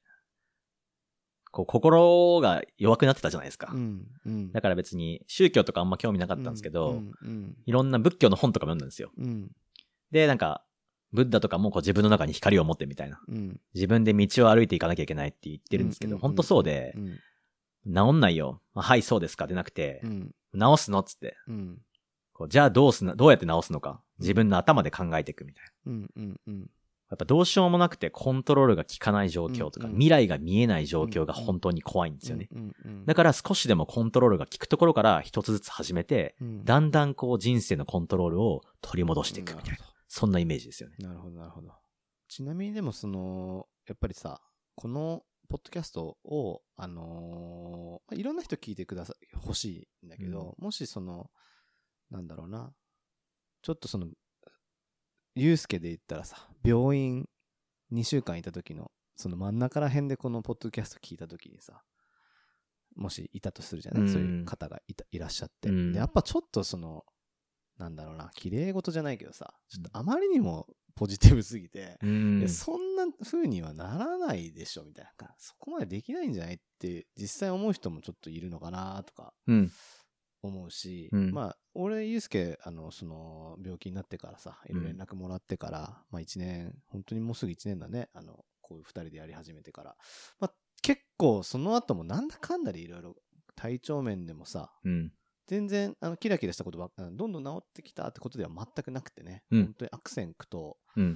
心が弱くなってたじゃないですか。だから別に宗教とかあんま興味なかったんですけど、いろんな仏教の本とかも読んだんですよ。で、なんか、ブッダとかも自分の中に光を持ってみたいな。自分で道を歩いていかなきゃいけないって言ってるんですけど、本当そうで、治んないよ。はい、そうですか。でなくて、治すのっつって。じゃあどうやって治すのか。自分の頭で考えていくみたいな。やっぱどうしようもなくてコントロールが効かない状況とか、未来が見えない状況が本当に怖いんですよね。だから少しでもコントロールが効くところから一つずつ始めて、だんだん人生のコントロールを取り戻していくみたいな。そんなイメージですよね。 なるほど、なるほど。ちなみにでもやっぱりさ、このポッドキャストを、いろんな人聞いてほしいんだけど、もしなんだろうな、ちょっとゆうすけで言ったらさ、病院2週間いた時の、真ん中ら辺でこのポッドキャスト聞いた時にさ、もしいたとするじゃない、そういう方がいらっしゃって。で、やっぱちょっとなんだろうな、綺麗事じゃないけどさ、ちょっとあまりにもポジティブすぎて、そんな風にはならないでしょ、みたいな。そこまでできないんじゃないって実際思う人もちょっといるのかなとか、思うし、俺、ゆうすけ、病気になってからさ、いろいろ連絡もらってから、1年、本当にもうすぐ1年だね、こういう2人でやり始めてから。結構その後もなんだかんだでいろいろ体調面でもさ、全然キラキラしたことばどんどん治ってきたってことでは全くなくてね、本当に悪戦苦闘、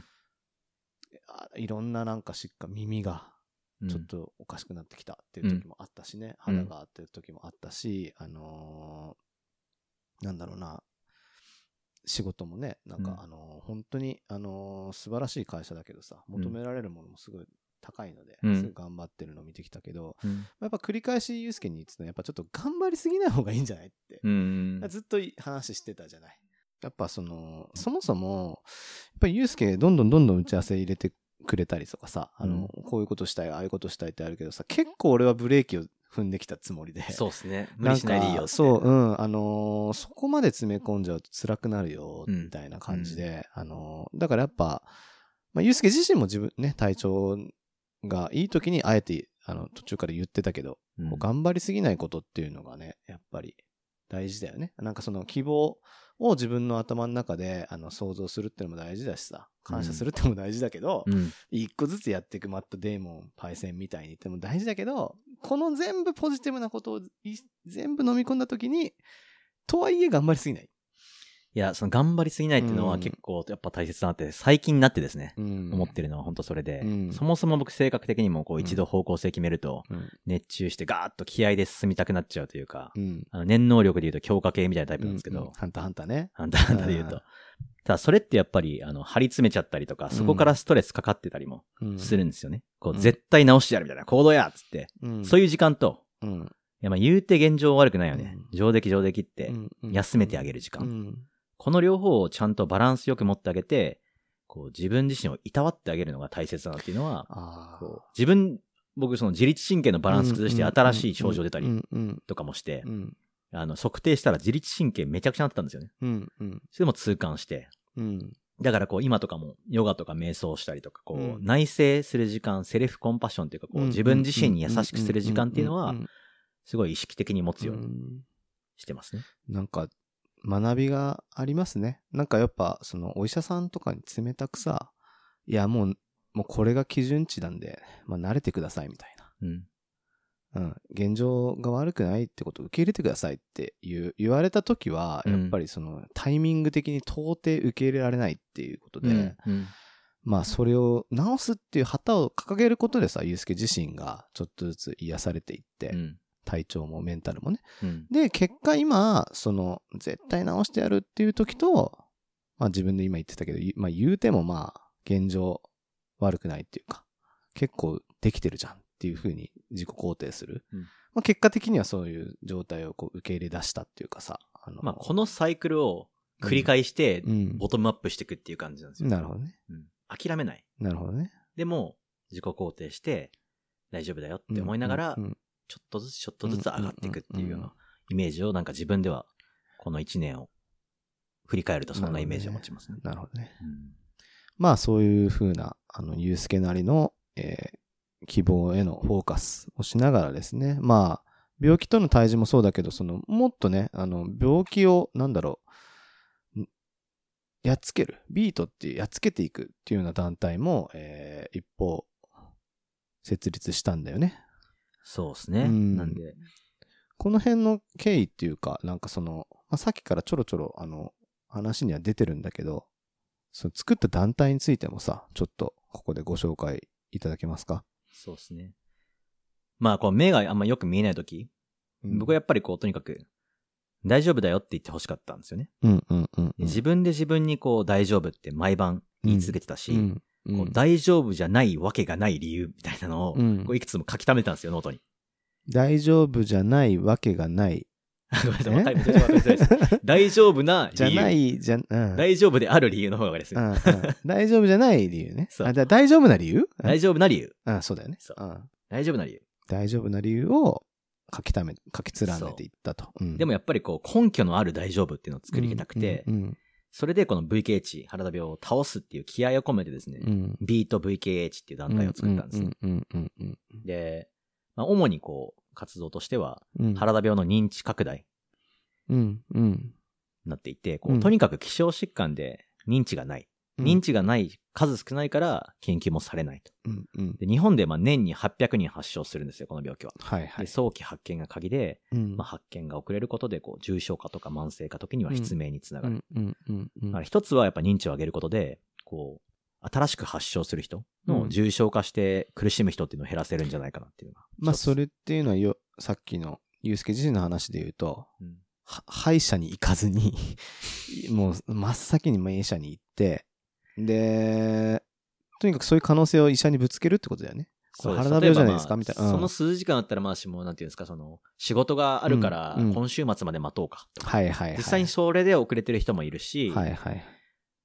いろんななんか耳がちょっとおかしくなってきたっていう時もあったしね、肌がっていう時もあったし、なんだろうな、仕事もね、なんか本当に素晴らしい会社だけどさ、求められるものもすごい高いので、すごい頑張ってるのを見てきたけど、やっぱ繰り返しユースケに言ってたのは、やっぱちょっと頑張りすぎない方がいいんじゃないって、ずっと話してたじゃない。やっぱそもそも、やっぱりユースケどんどん打ち合わせ入れてくれたりとかさ、こういうことしたい、ああいうことしたいってあるけどさ、結構俺はブレーキを踏んできたつもりで。 そうですね。無理しないでいいよって。 そう、そこまで詰め込んじゃうと辛くなるよ、みたいな感じで、だからやっぱ、ユースケ自身も自分ね、体調がいい時にあえて、途中から言ってたけど、頑張りすぎないことっていうのがね、やっぱり大事だよね。なんかその希望を自分の頭の中で想像するっていうのも大事だしさ、感謝するってのも大事だけど、一個ずつやっていくマット・デーモン、パイセンみたいに言っても大事だけど、この全部ポジティブなことを全部飲み込んだ時に、とはいえ頑張りすぎない。 いや、その頑張りすぎないっていうのは結構やっぱ大切だなって、最近になってですね、思ってるのは本当それで、そもそも僕性格的にもこう一度方向性決めると、熱中してガーッと気合で進みたくなっちゃうというか、念能力で言うと強化系みたいなタイプなんですけど、 ハンターハンターね。 ハンターハンターで言うと。ただそれってやっぱり張り詰めちゃったりとか、そこからストレスかかってたりもするんですよね。こう絶対直してやるみたいな行動やっつって、そういう時間と、いやまあ言うて現状悪くないよね。上出来って休めてあげる時間。この両方をちゃんとバランスよく持ってあげて、こう自分自身をいたわってあげるのが大切だなっていうのは、僕その自律神経のバランス崩して新しい症状出たりとかもして、測定したら自律神経めちゃくちゃなってたんですよね。それも痛感して。だからこう今とかもヨガとか瞑想したりとか、こう内省する時間、セルフコンパッションっていうか、こう自分自身に優しくする時間っていうのは、すごい意識的に持つようにしてますね。 なんか、学びがありますね。なんかやっぱ、お医者さんとかに冷たくさ、いや、もうこれが基準値なんで、慣れてくださいみたいな。現状が悪くないってことを受け入れてくださいって言われたときは、やっぱりタイミング的に到底受け入れられないっていうことで、それを直すっていう旗を掲げることでさ、ユースケ自身がちょっとずつ癒されていって、体調もメンタルもね。で、結果今、絶対直してやるっていう時と、自分で今言ってたけど、言うても現状悪くないっていうか、結構できてるじゃんっていう風に自己肯定する。結果的にはそういう状態をこう受け入れ出したっていうかさ。 このサイクルを繰り返して、ボトムアップしていくっていう感じなんですよ。 なるほどね。 諦めない。 なるほどね。 でも、自己肯定して、大丈夫だよって思いながら、ちょっとずつ上がっていくっていうようなイメージをなんか自分ではこの1年を振り返るとそんなイメージを持ちますね。 なるほどね。そういう風なユースケなりの、希望へのフォーカスをしながらですね。病気との対峙もそうだけど、もっとね、病気をやっつける。ビートってやっつけていくっていうような団体も、一方設立したんだよね。 そうですね。なんで。 この辺の経緯っていうか、なんかさっきからちょろちょろ話には出てるんだけど、作った団体についてもさ、ちょっとここでご紹介いただけますか？ そうですね。こう目があんまよく見えないとき、僕はやっぱりこうとにかく大丈夫だよって言ってほしかったんですよね。自分で自分にこう大丈夫って毎晩言い続けてたし、こう大丈夫じゃないわけがない理由みたいなのを、こういくつも書き溜めたんですよ、ノートに。 大丈夫じゃないわけがない。 ごめんなさい、わかりづらいです。大丈夫な理由。大丈夫である理由の方がですね。 大丈夫じゃない理由ね。大丈夫な理由？ 大丈夫な理由。 そうだよね。 大丈夫な理由。 大丈夫な理由を書き連ねていったと。 でもやっぱりこう根拠のある大丈夫っていうのを作りきれなくて、それでこの VKH、原田病を倒すっていう気合を込めてですね、ビート VKH っていう団体を作ったんですね。で、主にこう、活動としては、原田病の認知拡大になっていて、こうとにかく希少疾患で認知がない。 認知がない数少ないから研究もされないと。 うんうん。 で日本で年に800人発症するんですよ、この病気は。 はいはい。 で早期発見が鍵で、 うん発見が遅れることで重症化とか慢性化時には失明につながる。 うんうんうんだから一つはやっぱ認知を上げることで、新しく発症する人の重症化して苦しむ人っていうのを減らせるんじゃないかなっていうのが。 まあそれっていうのはさっきのユースケ自身の話で言うと、歯医者に行かずにもう真っ先に名医者に行って、で、とにかくそういう可能性を医者にぶつけるってことだよね。これ原田病じゃないですかみたいな。 その数時間だったらなんていうんですか、仕事があるから今週末まで待とうかとか。 はいはいはい。 実際にそれで遅れてる人もいるし、 はいはい。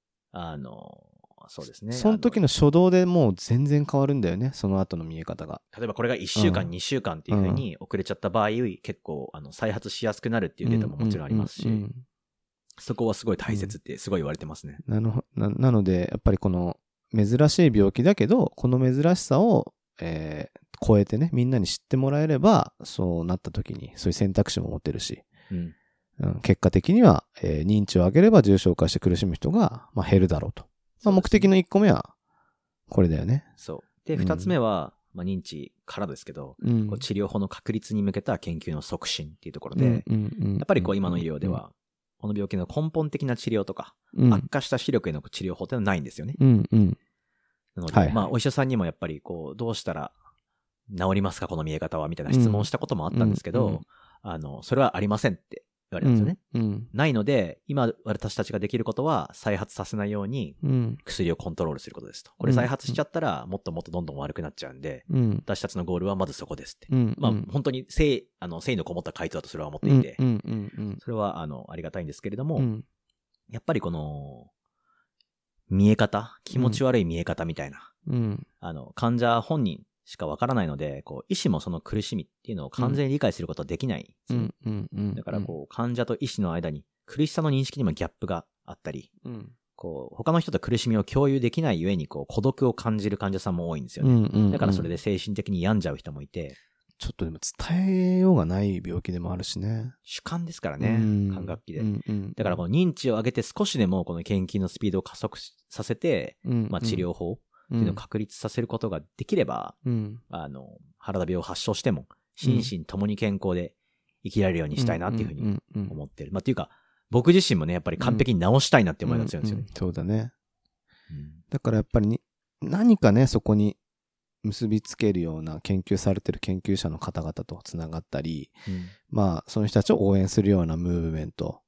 そうですね。 その時の初動でもう全然変わるんだよね、その後の見え方が。 例えばこれが1週間、2週間っていう風に遅れちゃった場合、結構再発しやすくなるっていうデータももちろんありますし、そこはすごい大切ってすごい言われてますね。 なので、やっぱりこの珍しい病気だけど、この珍しさを、超えてね、みんなに知ってもらえれば、そうなった時にそういう選択肢も持てるし、結果的には、認知を上げれば重症化して苦しむ人が、減るだろうと。目的の1個目はこれだよね。 そう。で、2つ目は、認知からですけど、治療法の確立に向けた研究の促進っていうところで、やっぱり今の医療では、この病気の根本的な治療とか、悪化した視力への治療法ってのはないんですよね。なので、お医者さんにもやっぱりどうしたら治りますかこの見え方はみたいな質問をしたこともあったんですけど、それはありませんって言われたんですよね。ないので、今私たちができることは再発させないように薬をコントロールすることですと。これ再発しちゃったらもっともっとどんどん悪くなっちゃうんで、私たちのゴールはまずそこですって。本当に誠意のこもった回答だとそれは思っていて、それはありがたいんですけれども、やっぱりこの見え方、気持ち悪い見え方みたいな、患者本人しかわからないので、医師もその苦しみっていうのを完全に理解することはできないんですね。だから患者と医師の間に苦しさの認識にもギャップがあったり、他の人と苦しみを共有できないゆえに孤独を感じる患者さんも多いんですよね。だからそれで精神的に病んじゃう人もいて、 ちょっとでも伝えようがない病気でもあるしね。 主観ですからね、感覚器で。だから認知を上げて少しでもこの研究のスピードを加速させて、治療法っていうのを確立させることができれば、原田病を発症しても心身ともに健康で生きられるようにしたいなっていうふうに思ってる。っていうか僕自身もねやっぱり完璧に治したいなって思いが強いんですよね。 そうだね。だからやっぱり何かねそこに結びつけるような研究されてる研究者の方々とつながったり、その人たちを応援するようなムーブメント、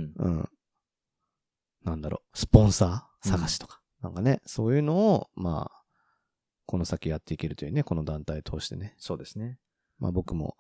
スポンサー探しとか、なんかね、そういうのを、この先やっていけるというね、この団体を通してね。 そうですね。 僕も、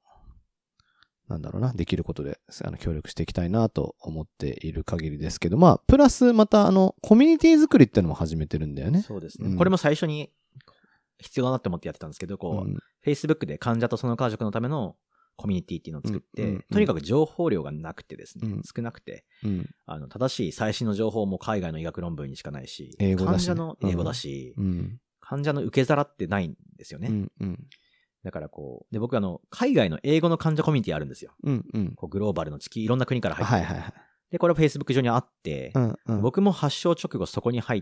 できることで、協力していきたいなと思っている限りですけど、プラスまた、コミュニティ作りっていうのも始めてるんだよね。 そうですね。これも最初に必要だなって思ってやってたんですけど、Facebook で患者とその家族のためのコミュニティっていうのを作って、とにかく情報量がなくてですね、少なくて、正しい最新の情報も海外の医学論文にしかないし、患者の英語だし、患者の受け皿ってないんですよね。だからで僕海外の英語の患者コミュニティあるんですよ。グローバルのいろんな国から入ってる。で、これは Facebook 上にあって、僕も発症直後そこに入って、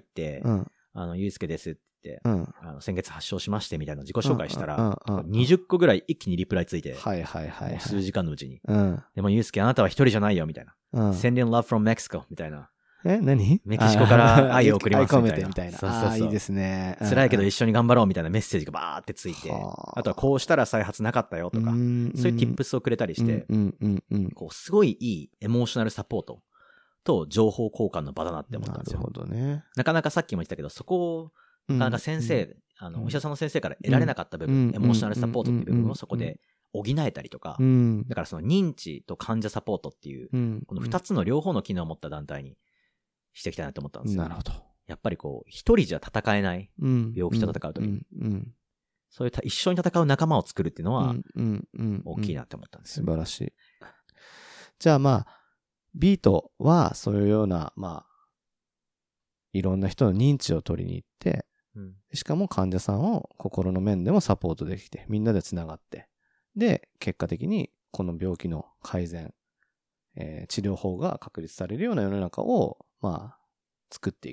ゆうすけですって言って、先月発症しましてみたいな自己紹介したら、20個ぐらい一気にリプライついて、数時間のうちに。でもゆうすけあなたは一人じゃないよみたいな。Send in love from Mexico みたいな。 何？ メキシコから愛を送りますみたいな。 そう。いいですね。 辛いけど一緒に頑張ろうみたいなメッセージがバーってついて、あとはこうしたら再発なかったよとか、そういう tips をくれたりして、すごいいいエモーショナルサポートと情報交換の場だなって思ったんですよ。 なるほどね。 なかなかさっきも言ったけど、そこを、なかなか先生、お医者さんの先生から得られなかった部分、エモーショナルサポートっていう部分をそこで補えたりとか、だからその認知と患者サポートっていう、この2つの両方の機能を持った団体にしていきたいなと思ったんですよ。 なるほど。 やっぱり一人じゃ戦えない病気と戦うときに、そういう一緒に戦う仲間を作るっていうのは、大きいなって思ったんですよ。 素晴らしい。じゃあビートはそういうような、いろんな人の認知を取りに行って、しかも患者さんを心の面でもサポートできて、みんなでつながって、で、結果的にこの病気の改善、治療法が確立されるような世の中を、作っていく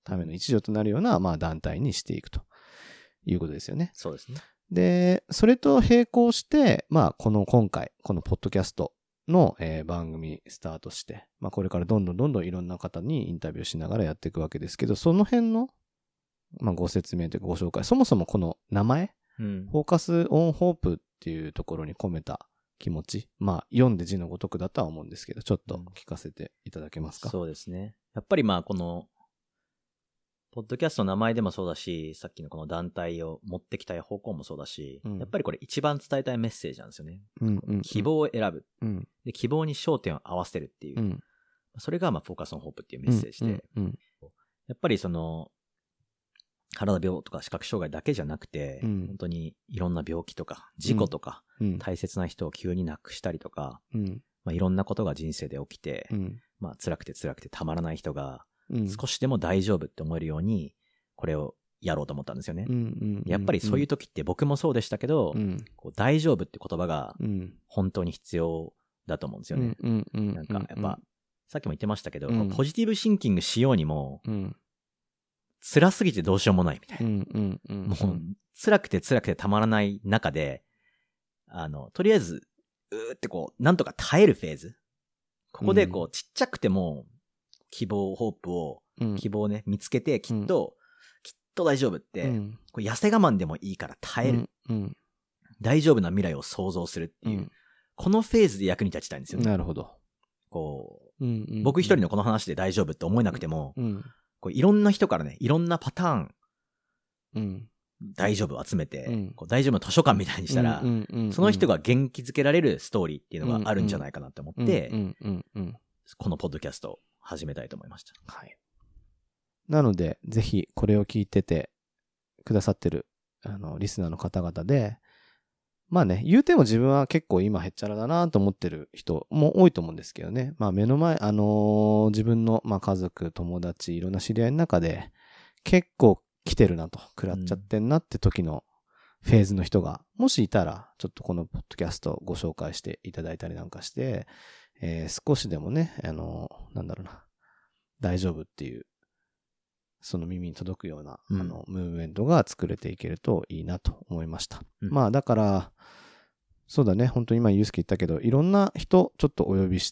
ための一助となるような、まあ団体にしていくということですよね。 そうですね。 で、それと並行して、まあ今回、このポッドキャストの、番組スタートして、まあこれからどんどんいろんな方にインタビューしながらやっていくわけですけど、その辺の、まあご説明というかご紹介、そもそもこの名前、フォーカスオンホープっていうところに込めた気持ち、まあ読んで字のごとくだとは思うんですけど、ちょっと聞かせていただけますか。 そうですね。やっぱりまあこのポッドキャストの名前でもそうだし、さっきのこの団体を持ってきたい方向もそうだし、やっぱりこれ一番伝えたいメッセージなんですよね。希望を選ぶ、で。希望に焦点を合わせるっていう。それがまあフォーカスオンホープっていうメッセージで、やっぱりその、体病とか視覚障害だけじゃなくて、本当にいろんな病気とか事故とか、大切な人を急に亡くしたりとか、まあ、いろんなことが人生で起きて、まあ辛くてたまらない人が、少しでも大丈夫って思えるように、これをやろうと思ったんですよね。やっぱりそういう時って僕もそうでしたけど、こう大丈夫って言葉が本当に必要だと思うんですよね。なんかやっぱ、さっきも言ってましたけど、ポジティブシンキングしようにも、辛すぎてどうしようもないみたいな。もう辛くてたまらない中で、とりあえず、ってこう、なんとか耐えるフェーズ。ここでこう、ちっちゃくても、希望をね、見つけて、きっと大丈夫って、こう痩せ我慢でもいいから耐える、大丈夫な未来を想像するっていう、このフェーズで役に立ちたいんですよね。 なるほど。 こう、僕一人のこの話で大丈夫って思えなくても、こういろんな人からね、いろんなパターン、大丈夫を集めて、こう大丈夫の図書館みたいにしたら、その人が元気づけられるストーリーっていうのがあるんじゃないかなって思って、このポッドキャストを始めたいと思いました。 はい。なので、ぜひこれを聞いててくださってる、リスナーの方々で、まあね、言うても自分は結構今へっちゃらだなと思ってる人も多いと思うんですけどね。まあ目の前、自分の、まあ家族、友達、いろんな知り合いの中で、結構来てるなと、食らっちゃってんなって時のフェーズの人が、もしいたら、ちょっとこのポッドキャストをご紹介していただいたりなんかして、少しでもね、なんだろうな、大丈夫っていう、その耳に届くような、ムーブメントが作れていけるといいなと思いました。まあだから、そうだね、本当に今ユースケ言ったけど、いろんな人ちょっとお呼びして、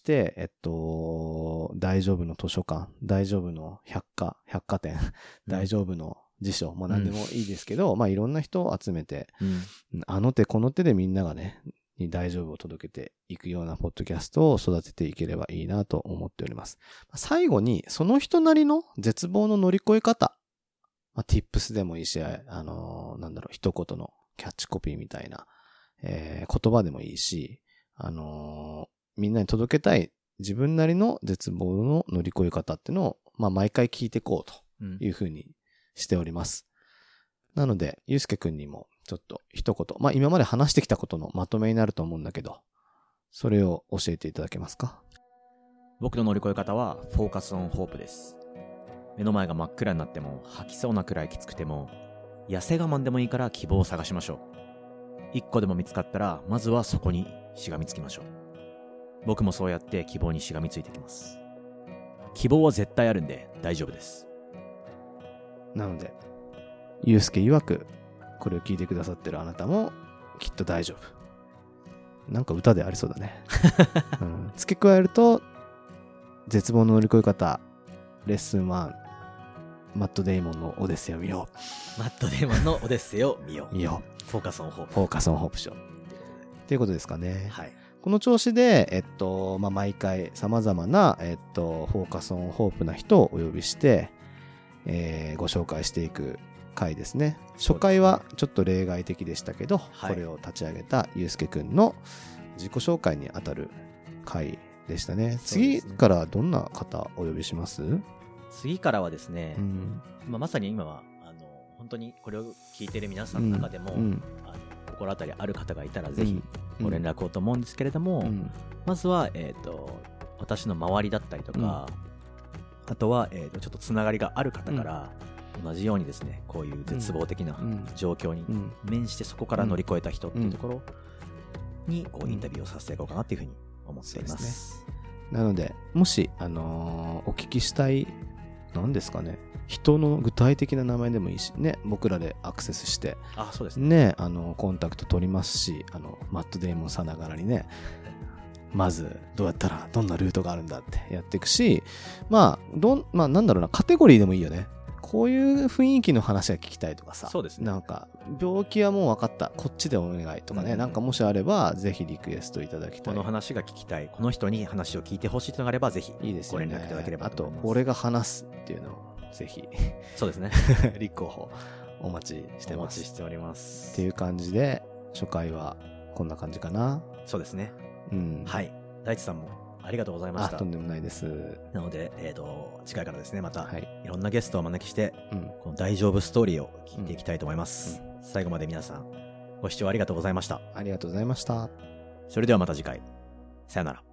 大丈夫の図書館、大丈夫の百貨店、大丈夫の辞書、まあ何でもいいですけど、まあいろんな人を集めて、あの手この手でみんながね、に大丈夫を届けていくようなポッドキャストを育てていければいいなと思っております。最後に、その人なりの絶望の乗り越え方、まあ、tips でもいいし、なんだろう、一言のキャッチコピーみたいな、言葉でもいいし、みんなに届けたい自分なりの絶望の乗り越え方っていうのを、まあ、毎回聞いていこうというふうにしております。なので、ゆうすけくんにもちょっと一言、まあ、今まで話してきたことのまとめになると思うんだけど、それを教えていただけますか？ 僕の乗り越え方は、フォーカスオンホープです。目の前が真っ暗になっても、吐きそうなくらいきつくても、痩せ我慢でもいいから希望を探しましょう。一個でも見つかったら、まずはそこにしがみつきましょう。僕もそうやって希望にしがみついていきます。希望は絶対あるんで大丈夫です。 なので、ゆうすけ曰く、これを聞いてくださってるあなたもきっと大丈夫。なんか歌でありそうだね。付け加えると、絶望の乗り越え方、レッスン1、マット・デイモンのオデッセイを見よう。マット・デイモンのオデッセイを見よう。 見よう。 フォーカスオンホープ。 フォーカスオンホープしよう。っていうことですかね。 はい。 この調子で、まあ、毎回様々な、フォーカスオンホープな人をお呼びして、ご紹介していく回ですね。初回はちょっと例外的でしたけど、これを立ち上げたゆうすけくんの自己紹介にあたる回でしたね。次からどんな方お呼びします？ 次からはですね、まあ、まさに今は本当にこれを聞いている皆さんの中でも、心当たりある方がいたらぜひご連絡をと思うんですけれども、まずは、私の周りだったりとか、あとは、ちょっとつながりがある方から、同じようにですね、こういう絶望的な状況に面してそこから乗り越えた人っていうところにこうインタビューをさせていこうかなっていうふうに思っています。 なので、もし、お聞きしたい何ですかね、人の具体的な名前でもいいしね、僕らでアクセスしてそうですね。 ね、コンタクト取りますし、マットデーモンさながらにね、まずどうやったらどんなルートがあるんだってやっていくし、なんだろうな、カテゴリーでもいいよね。こういう雰囲気の話が聞きたいとかさ、 そうですね。 なんか病気はもう分かった、こっちでお願いとかね、なんかもしあればぜひリクエストいただきたい。 この話が聞きたい、この人に話を聞いてほしいというのがあればぜひいいですよね。 ご連絡いただければと思います。 あと俺が話すっていうのをぜひそうですね。 立候補お待ちしてます。 お待ちしております。 っていう感じで初回はこんな感じかな。 そうですね。 うん。 はい。大地さんもありがとうございました。 とんでもないです。 なので、次回からですね、また、 はい、 いろんなゲストをお招きして、この大丈夫ストーリーを聞いていきたいと思います。最後まで皆さん、ご視聴ありがとうございました。 ありがとうございました。 それではまた次回。さよなら。